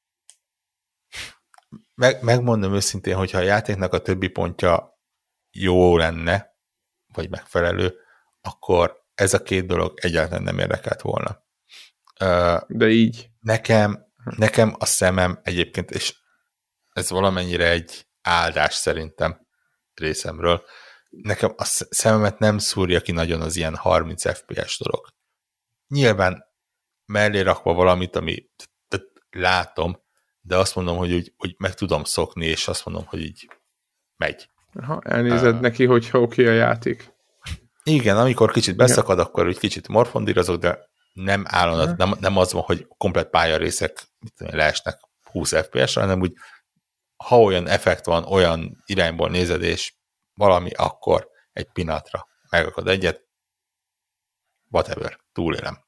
meg, megmondom őszintén, hogyha a játéknak a többi pontja jó lenne, vagy megfelelő, akkor ez a két dolog egyáltalán nem érdekelt volna. Uh, De így. Nekem, nekem a szemem egyébként, és ez valamennyire egy áldás szerintem részemről, nekem a szememet nem szúrja ki nagyon az ilyen harminc ef pé es dolog. Nyilván mellé rakva valamit, ami látom, de azt mondom, hogy úgy, úgy meg tudom szokni, és azt mondom, hogy így megy. Aha, elnézed uh, neki, hogyha oké okay a játék. Igen, amikor kicsit beszakad, igen. Akkor úgy kicsit morfondírozok, de nem állandóan, nem, nem az van, hogy komplet pályarészek leesnek húsz ef pé es-re, hanem úgy, ha olyan effekt van, olyan irányból nézed, és valami, akkor egy pillanatra megakad egyet, whatever, túlélem.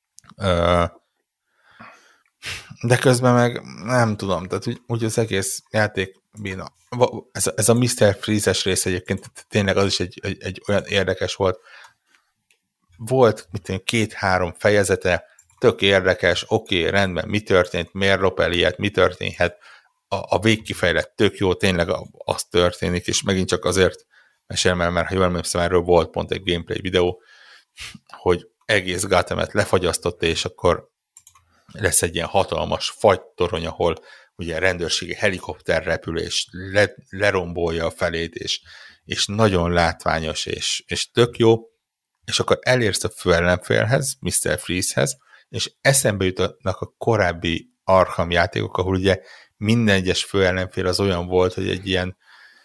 De közben meg nem tudom, tehát úgy, úgy az egész játék bína. Ez, ez a miszter Freeze-es rész egyébként tényleg az is egy, egy, egy olyan érdekes volt. Volt mit tudom, két-három fejezete, tök érdekes, oké, okay, rendben, mi történt, miért lop el ilyet, mi történhet, a, a végkifejlett tök jó, tényleg az történik, és megint csak azért mesélem el, mert ha jól emlékszem, erről volt pont egy gameplay videó, hogy egész Gothamet lefagyasztotta, és akkor lesz egy ilyen hatalmas fagytorony, ahol ugye rendőrségi helikopterrepülés le, lerombolja a felét, és, és nagyon látványos, és, és tök jó, és akkor elérsz a fő ellenfélhez, miszter Freeze-hez, és eszembe jutnak a korábbi Arkham játékok, ahol ugye minden egyes fő ellenfél az olyan volt, hogy egy ilyen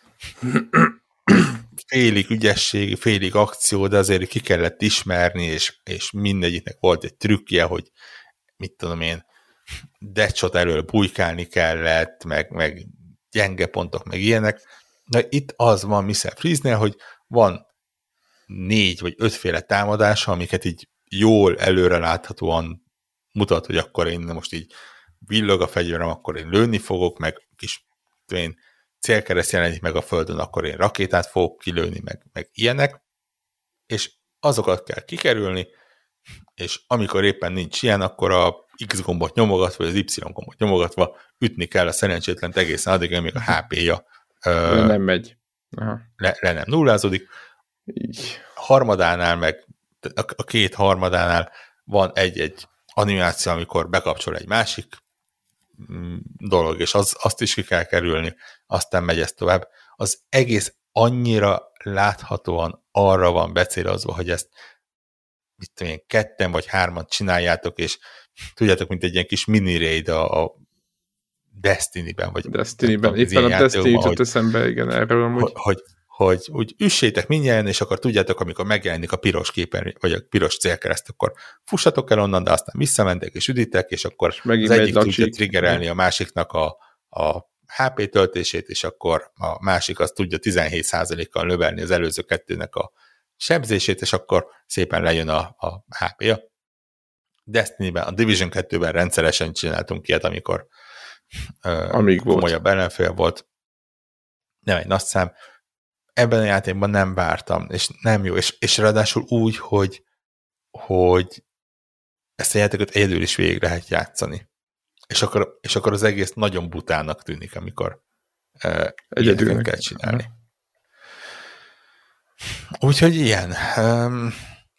félig ügyesség, félig akció, de azért ki kellett ismerni, és, és mindegyiknek volt egy trükkje, hogy mit tudom én, Deadshot elől bujkálni kellett, meg, meg gyenge pontok, meg ilyenek. Na itt az van miszter Freeze-nél, hogy van négy vagy ötféle támadása, amiket így jól előre láthatóan mutat, hogy akkor én most így villog a fegyverem, akkor én lőni fogok, meg kis én célkereszt jelenik meg a földön, akkor én rakétát fogok kilőni, meg, meg ilyenek, és azokat kell kikerülni, és amikor éppen nincs ilyen, akkor a X gombot nyomogatva, vagy az Y gombot nyomogatva ütni kell a szerencsétlent egészen addig, amíg a há pé-ja uh, nem megy. Aha. Le, le nem nullázódik. Így. Harmadánál meg, a, a két harmadánál van egy-egy animáció, amikor bekapcsol egy másik dolog, és az, azt is ki kell kerülni, aztán megy ez tovább. Az egész annyira láthatóan arra van becélozva, hogy ezt mit tudom én, ketten vagy hárman csináljátok, és tudjátok, mint egy ilyen kis mini raid a, a Destiny-ben, vagy Destiny-ben, éppen a Destiny jutott eszembe, igen, erről amúgy. Hogy, hogy, hogy úgy üssétek mindjárt, és akkor tudjátok, amikor megjelenik a piros képen, vagy a piros célkereszt, akkor fussatok el onnan, de aztán visszamentek, és üditek, és akkor és az egyik tudja triggerelni a másiknak a, a há pé töltését, és akkor a másik az tudja tizenhét százalékkal növelni az előző kettőnek a sebzését, és akkor szépen lejön a, a há pé-ja. Destiny-ben, a Division kettőben rendszeresen csináltunk ilyet, amikor uh, komolyabb ellenfél volt. Nem egy nagy szám. Ebben a játékban nem vártam, és nem jó, és, és ráadásul úgy, hogy, hogy ezt a játékot egyedül is végig lehet játszani. És akkor, és akkor az egész nagyon butának tűnik, amikor uh, egyedül kell csinálni. Úgyhogy ilyen. Um,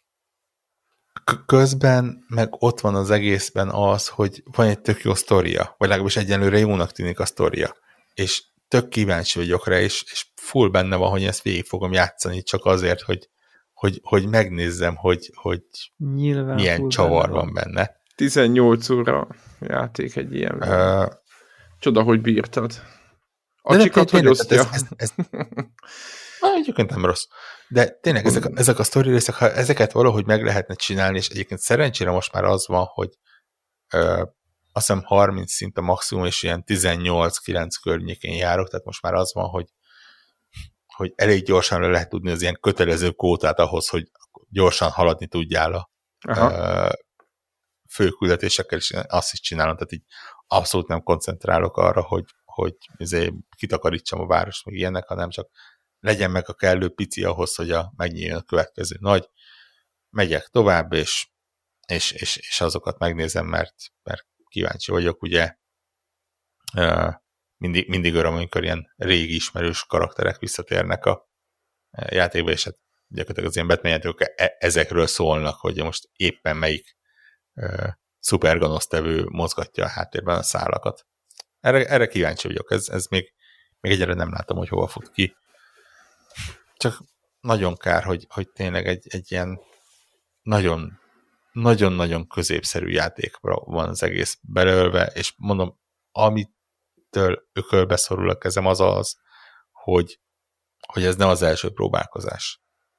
közben meg ott van az egészben az, hogy van egy tök jó sztoria, vagy legalábbis egyenlőre jónak tűnik a sztoria, és tök kíváncsi vagyok rá, és, és full benne van, hogy ezt végig fogom játszani, csak azért, hogy, hogy, hogy megnézzem, hogy, hogy milyen csavar van benne. tizennyolc óra játék egy ilyen. Uh, Csoda, hogy bírtad. A csikat, hogy osztja. Ez, ez, ez, egyébként nem rossz. De tényleg ezek, ezek a sztori részek, ha ezeket valahogy meg lehetne csinálni, és egyébként szerencsére most már az van, hogy ö, azt hiszem harminc szint a maximum, és ilyen tizennyolc kilenc környékén járok, tehát most már az van, hogy, hogy elég gyorsan le lehet tudni az ilyen kötelező kótát ahhoz, hogy gyorsan haladni tudjál a ö, főküldetésekkel, és azt is csinálom, tehát így abszolút nem koncentrálok arra, hogy, hogy kitakarítsam a várost, meg ilyenek, hanem csak legyen meg a kellő pici ahhoz, hogy a, megnyíljon a következő nagy. Megyek tovább, és, és, és, és azokat megnézem, mert, mert kíváncsi vagyok, ugye mindig, mindig öröm, amikor ilyen régi ismerős karakterek visszatérnek a játékba, és hát gyakorlatilag az ilyen Batman játékok ezekről szólnak, hogy most éppen melyik uh, szupergonosztevő mozgatja a háttérben a szálakat. Erre, erre kíváncsi vagyok, ez, ez még, még egyre nem látom, hogy hova fut ki. Csak nagyon kár, hogy, hogy tényleg egy, egy ilyen nagyon, nagyon-nagyon középszerű játékra van az egész belőlve, és mondom, amitől ökölbe szorul a kezem, az az, hogy, hogy ez nem az első próbálkozás.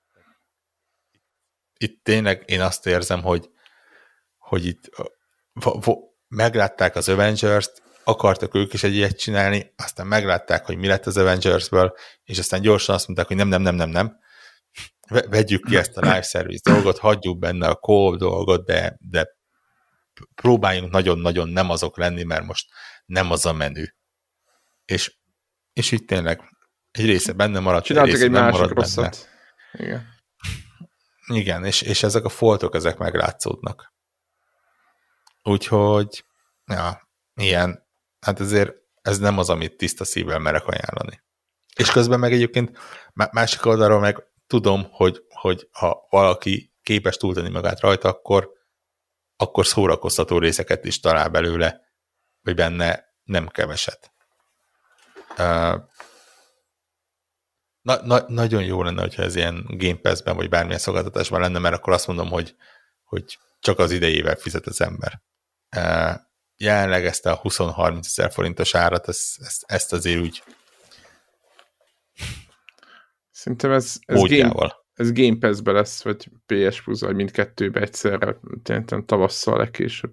Itt tényleg én azt érzem, hogy, hogy itt meglátták az Avengers-t, akartak ők is egy ilyet csinálni, aztán meglátták, hogy mi lett az Avengers-ből, és aztán gyorsan azt mondták, hogy nem, nem, nem, nem, nem. Vegyük ki ezt a live service dolgot, hagyjuk benne a co-op dolgot, de, de próbáljunk nagyon-nagyon nem azok lenni, mert most nem az a menü. És, és így tényleg egy része benne maradt, csináltak egy része egy nem másik maradt rosszat. benne. Igen. Igen, és, és ezek a foltok, ezek meglátszódnak. Úgyhogy, ja, ilyen, hát ezért ez nem az, amit tiszta szívvel merek ajánlani. És közben meg egyébként másik oldalról meg tudom, hogy, hogy ha valaki képes túltenni magát rajta, akkor, akkor szórakoztató részeket is talál belőle, vagy benne, nem keveset. Uh, na, na, nagyon jó lenne, hogyha ez ilyen Game Pass-ben, vagy bármilyen szolgáltatásban lenne, mert akkor azt mondom, hogy, hogy csak az idejével fizet az ember. Uh, jelenleg ezt a húsz-harminc ezer forintos árat, ezt, ezt, ezt azért úgy szerintem ez, ez, game, ez Game Pass-be lesz, vagy pé es Plus, vagy mindkettőbe egyszerre, tényleg tavasszal legkésőbb.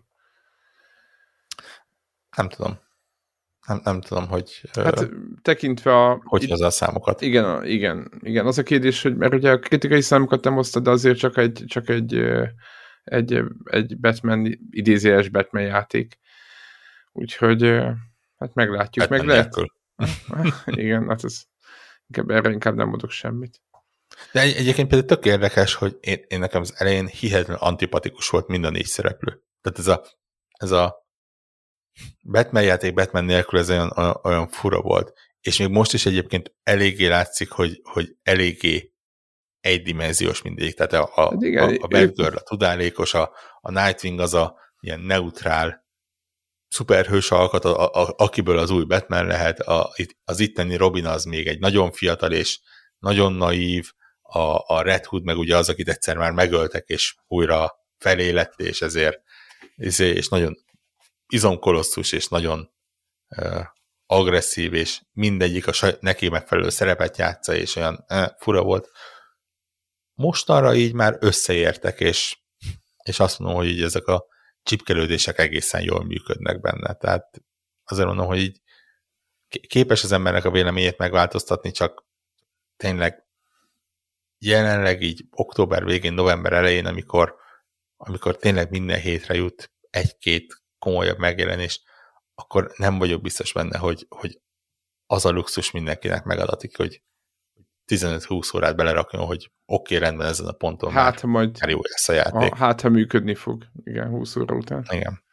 Nem tudom. Nem, nem tudom, hogy hát uh, tekintve a... Hogy hozzá a számokat. Igen, igen, igen. Az a kérdés, hogy mert ugye a kritikai számokat nem hoztad, de azért csak egy, csak egy, egy, egy Batman, idézőjeles Batman játék. Úgyhogy hát meglátjuk. Batman meg lehet. Igen, hát ez inkább, erre inkább nem mondok semmit. De egy, egyébként például tök érdekes, hogy én, én nekem az elején hihetetlenül antipatikus volt mind a négy szereplő. Tehát ez a, ez a Batman játék Batman nélkül ez olyan, olyan, olyan fura volt. És még most is egyébként eléggé látszik, hogy, hogy eléggé egydimenziós mindegyik. Tehát a, a, hát igen, a, a Batgirl a tudálékos, a, a Nightwing az a ilyen neutrál szuperhős alkat, a, a, akiből az új Batman lehet, a, az itteni Robin az még egy nagyon fiatal és nagyon naív, a, a Red Hood meg ugye az, akit egyszer már megöltek, és újra felélett, és ezért és nagyon izomkolosszus, és nagyon uh, agresszív, és mindegyik a saj, neki megfelelő szerepet játsza, és olyan uh, fura volt. Mostanra így már összeértek, és, és azt mondom, hogy így ezek a csipkelődések egészen jól működnek benne. Tehát azért mondom, hogy így képes az embernek a véleményét megváltoztatni, csak tényleg jelenleg így október végén, november elején, amikor, amikor tényleg minden hétre jut egy-két komolyabb megjelenés, akkor nem vagyok biztos benne, hogy, hogy az a luxus mindenkinek megadatik, hogy tizenöt-húsz órát belerakjon, hogy oké, okay, rendben ezen a ponton hát, már majd jó lesz a játék. A, hát, ha működni fog, igen, húsz óra után. Igen.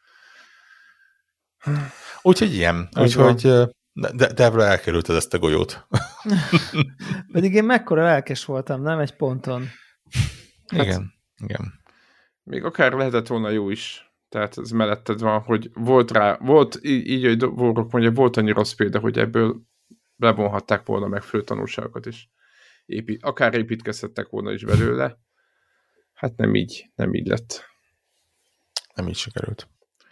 Úgyhogy ilyen. Úgyhogy de Devla elkerülted ezt a golyót. Pedig én mekkora lelkes voltam, nem egy ponton. Hát, igen, igen. Még akár lehetett volna jó is. Tehát ez melletted van, hogy volt rá, volt, így, így hogy Vorok mondja, volt annyi rossz példa, hogy ebből levonhatták volna meg fő tanulságokat is. Épít, akár építkezhettek volna is belőle. Hát nem így, nem így lett. Nem így sikerült.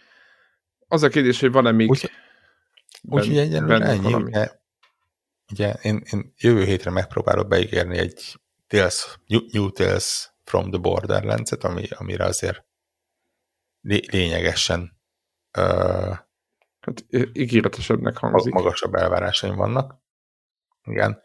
Az a kérdés, hogy van-e még Úgyhogy úgy, egyelőre ennyi. Ugye, ugye én, én jövő hétre megpróbálok beígérni egy Tales, New, New Tales from the Borderlands-et, ami, amire azért lényegesen uh, hát ígéretesebbnek hangzik. Magasabb elvárásaim vannak. Igen.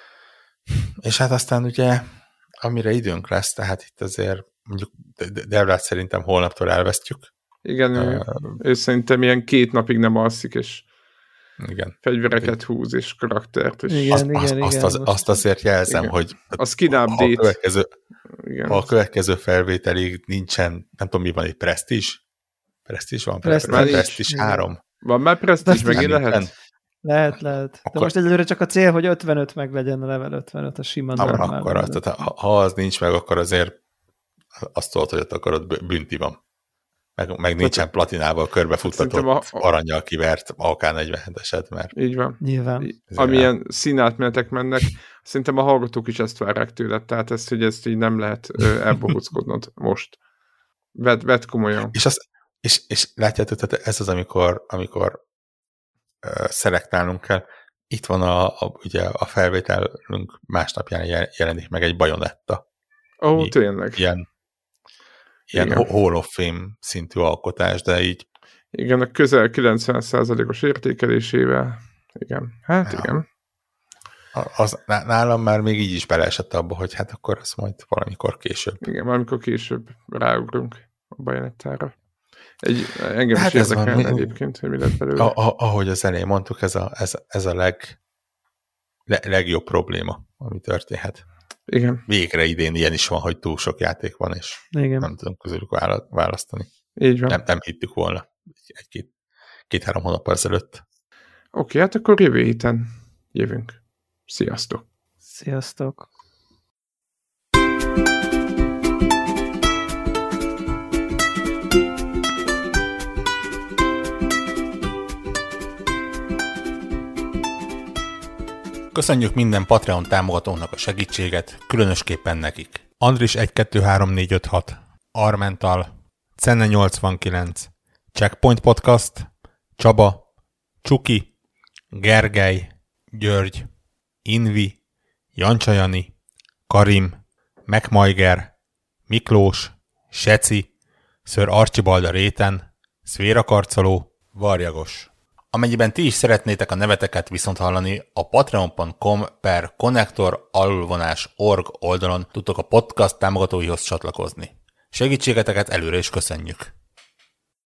És hát aztán ugye, amire időnk lesz, tehát itt azért mondjuk Devlát szerintem holnaptól elvesztjük. Igen, uh, ő, ő szerintem ilyen két napig nem alszik, és igen. fegyvereket húz, és karaktert. És igen, azt, igen, azt, igen, azt, az, azt azért jelzem, igen. hogy a skin update. A következő, igen. a következő felvételig nincsen, nem tudom mi van itt, Prestige? Prestige van? Prestige, Prestige három. Van már Prestige, megint lehet? Lehet, lehet. De akkor most egyelőre csak a cél, hogy ötvenöt meg legyen a level ötvenöt, a sima normál. Akkor az, tehát ha, ha az nincs meg, akkor azért azt tudod, hogy ott akarod bünti van. Meg, meg nincsen platinával körbefuttatott a... arannyal kivert á ká negyvenheteset, mert... Így van. Nyilván. Amilyen színátmenetek mennek, szerintem a hallgatók is ezt várják tőled, tehát ezt, hogy ezt így nem lehet elbohóckodnod most. Vedd, vedd komolyan. És, az, és, és látjátok, tehát ez az, amikor, amikor uh, szelektálnunk kell. Itt van a, a, ugye a felvételünk másnapján jelenik meg egy Bayonetta. Ó, oh, tényleg. Ilyen Ilyen Hall of Fame szintű alkotás, de így... Igen, a közel kilencven százalékos értékelésével. Igen, hát ja. Igen. Az, nálam már még így is beleesett abba, hogy hát akkor az majd valamikor később. Igen, valamikor később ráugrunk a Bayonettára. Egy, engem hát is érdekel van, egyébként, hogy mi lett belőle. A, a, ahogy az elején mondtuk, ez a, ez, ez a leg, le, legjobb probléma, ami történhet. Igen. Végre idén ilyen is van, hogy túl sok játék van, és igen. Nem tudom közülük választani. Így van. Nem, nem hittük volna egy-két két-három hónappal ezelőtt. Oké, hát akkor jövő héten jövünk. Sziasztok! Sziasztok! Köszönjük minden Patreon támogatónak a segítséget, különösképpen nekik. Andris egy kettő három négy öt hat, Armental, Cenne nyolcvankilenc, Checkpoint Podcast, Csaba, Csuki, Gergely, György, Invi, Jancsajani, Karim, Megmajger, Miklós, Seci, Sir Archibald a réten, Szvéra Karcoló, Varjagos. Amennyiben ti is szeretnétek a neveteket viszont hallani, a patreon pont com per konnektor alulvonás org oldalon tudtok a podcast támogatóihoz csatlakozni. Segítségeteket előre is köszönjük!